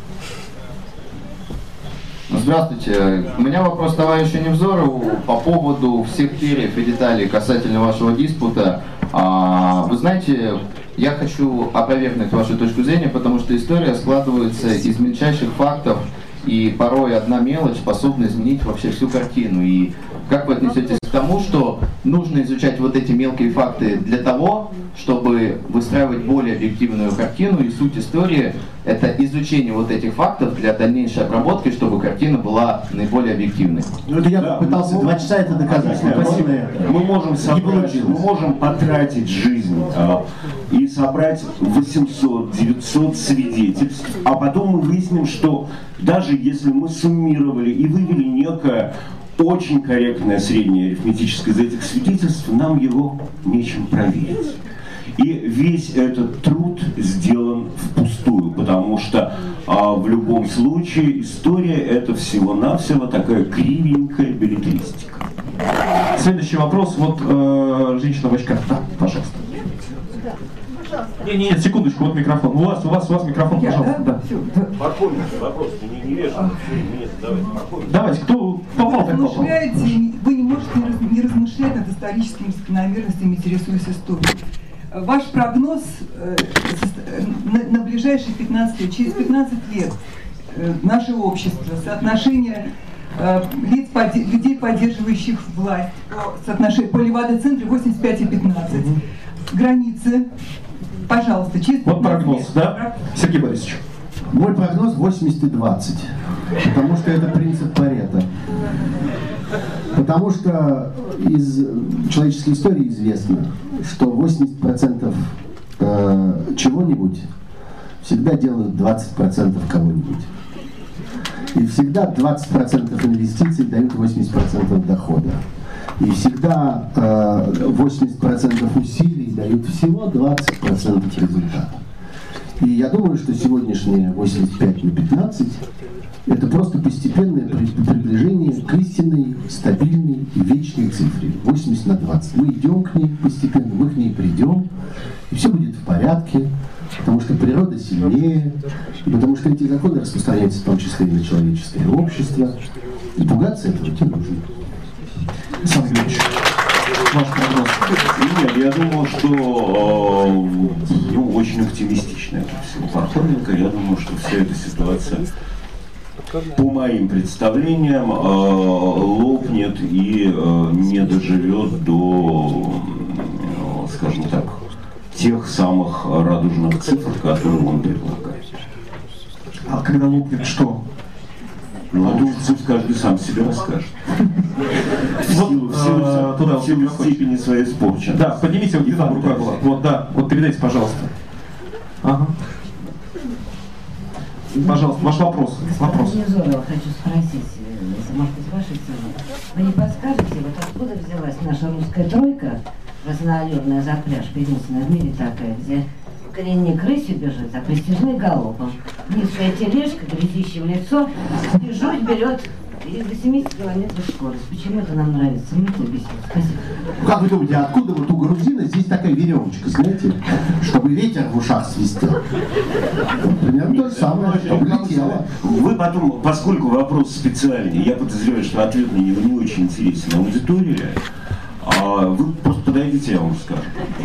Здравствуйте. У меня вопрос товарищу Невзорову по поводу всех перьев и деталей касательно вашего диспута. Вы знаете, я хочу опровергнуть вашу точку зрения, потому что история складывается из мельчайших фактов, и порой одна мелочь способна изменить вообще всю картину. И как вы отнесетесь к тому, что нужно изучать вот эти мелкие факты для того, чтобы выстраивать более объективную картину, и суть истории – это изучение вот этих фактов для дальнейшей обработки, чтобы картина была наиболее объективной. Ну это я да, пытался мы, два часа это доказать. Да, мы, мы, можем собрать, мы можем потратить жизнь а, и собрать восемьсот-девятьсот свидетельств, а потом мы выясним, что даже если мы суммировали и вывели некое очень корректное среднее арифметическое из этих свидетельств, нам его нечем проверить. И весь этот труд сделан впустую, потому что а, в любом случае история это всего-навсего такая кривенькая беллетристика. Следующий вопрос, вот э, женщина в очках, да, пожалуйста. Да, пожалуйста. Нет, нет, секундочку, вот микрофон. У вас, у вас, у вас микрофон, Я, пожалуйста. да? Да. Все, да. Парковник, вопрос, не, не вешай, давайте, парковник. Давайте, кто попал, так попал. Вы не можете не, раз, не размышлять над историческими закономерностями, интересуясь историей. Ваш прогноз э, на, на ближайшие пятнадцать лет, через пятнадцать лет э, наше общество, соотношение э, лиц, под, людей, поддерживающих власть, по соотношению по Левада-центре восемьдесят пять и пятнадцать. Границы, пожалуйста, через Вот прогноз, лет. да, Сергей Борисович? Мой прогноз восемьдесят и двадцать, потому что это принцип Парето. Потому что из человеческой истории известно, что восемьдесят процентов э, чего-нибудь всегда делают двадцать процентов кого-нибудь. И всегда двадцать процентов инвестиций дают восемьдесят процентов дохода. И всегда э, восемьдесят процентов усилий дают всего двадцать процентов результата. И я думаю, что сегодняшние восемьдесят пять на пятнадцать это просто постепенное приближение к истинной, стабильной и вечной цифре. восемьдесят на двадцать. Мы идем к ней постепенно, мы к ней придем, и все будет в порядке, потому что природа сильнее, и потому что эти законы распространяются в том числе и на человеческое общество. И пугаться этого не нужно. Александр Юрьевич, ваш прогноз. Нет, я думаю, что э, ну, очень оптимистично это все Пархоменко. Я думаю, что вся эта ситуация, по моим представлениям, э, лопнет и э, не доживет до, э, скажем так, тех самых радужных цифр, которые он предлагает. А когда лопнет что? Ну, пусть каждый сам себе расскажет. В силу, в силу, а, туда, в силу степени своей испорченности. Да, поднимите, вот где там рука была. Вот, да, вот передайте, пожалуйста. Ага. Пожалуйста, ваш вопрос. Вопрос. Невзорова хочу спросить, может быть, вашей темы. Вы не подскажете, вот откуда взялась наша русская тройка, разноалерная запряжка, единственная в мире такая, где коренник рысью бежит, а престижный галопом. Низкая тележка, грязище в лицо, и жуть берет или до семидесяти километров скорость. Почему это нам нравится? Мы это объясним. Спасибо. Как вы думаете, откуда вот у грузина здесь такая веревочка, знаете, чтобы ветер в ушах свистел? Примерно то же самое, чтобы летело. Вы потом, поскольку вопрос специальный, я подозреваю, что ответ на него не очень интересен аудитории, а вы просто подойдите, я вам скажу.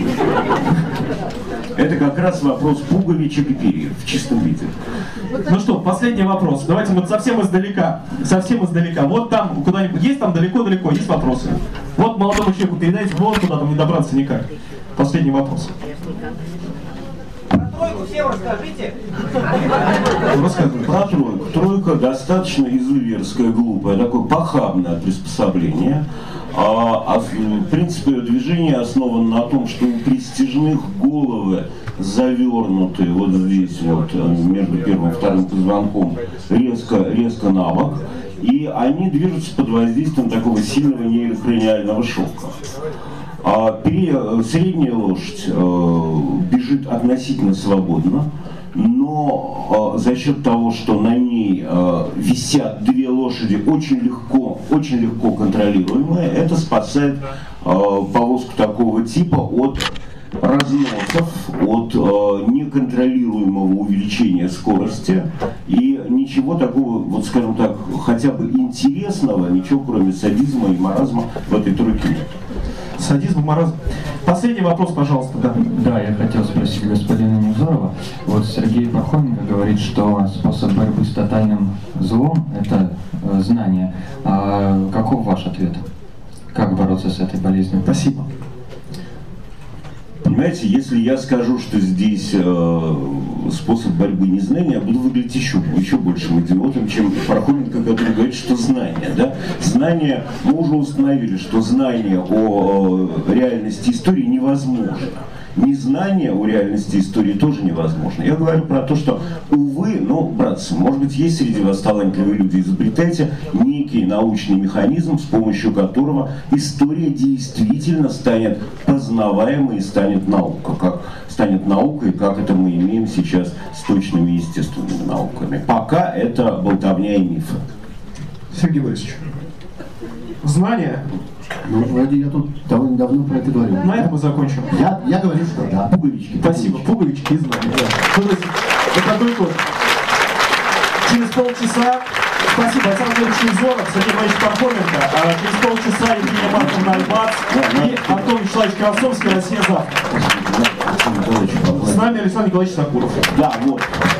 Это как раз вопрос пуговичек и перьев в чистом виде. Ну что, последний вопрос. Давайте вот совсем издалека. Совсем издалека. Вот там куда-нибудь. Есть там далеко-далеко, есть вопросы? Вот молодому человеку передайте, вон туда там не добраться никак. Последний вопрос. Про тройку всем расскажите. Рассказывай. Про тройку. Тройка достаточно изуверское, глупое, такое похабное приспособление. А, а в принципе движение основано на том, что у пристяжных головы завернуты вот здесь вот между первым и вторым позвонком резко, резко на бок, и они движутся под воздействием такого сильного нейрокраниального шока. А пере, средняя лошадь э, бежит относительно свободно, но э, за счет того, что на ней э, висят две лошади очень легко, очень легко контролируемые, это спасает э, повозку такого типа от разносов, от э, неконтролируемого увеличения скорости, и ничего такого, вот скажем так, хотя бы интересного, ничего кроме садизма и маразма в этой тройке нет. Садизм и маразм. Последний вопрос, пожалуйста. Да, да, я хотел спросить господина Невзорова. Вот Сергей Пархоменко говорит, что способ борьбы с тотальным злом – это э, знание. А каков ваш ответ? Как бороться с этой болезнью? Спасибо. Понимаете, если я скажу, что здесь э, способ борьбы незнания, я буду выглядеть еще, еще большим идиотом, чем Пархоменко, который говорит, что знание. Да? Знание, мы уже установили, что знание о э, реальности истории невозможно. Незнание о реальности истории тоже невозможно. Я говорю про то, что, увы, ну, братцы, может быть, есть среди вас талантливые люди, изобретайте некий научный механизм, с помощью которого история действительно станет познаваемой и станет наукой, как станет наукой, как это мы имеем сейчас с точными естественными науками. Пока это болтовня и мифы. Сергей Борисович, знание. Ну, вроде я тут довольно давно про это говорил. На этом мы закончим. Я, я говорю, что да, пуговички. Спасибо, пуговички и знания. Да. Это только через полчаса. Спасибо, Александр Владимирович Невзоров, Сергей Владимирович Пархоменко. А через полчаса Евгения Марковна Альбац и Антон Вячеславович Красовский, Россия завтра. С нами Александр Николаевич Сакуров. Да, вот.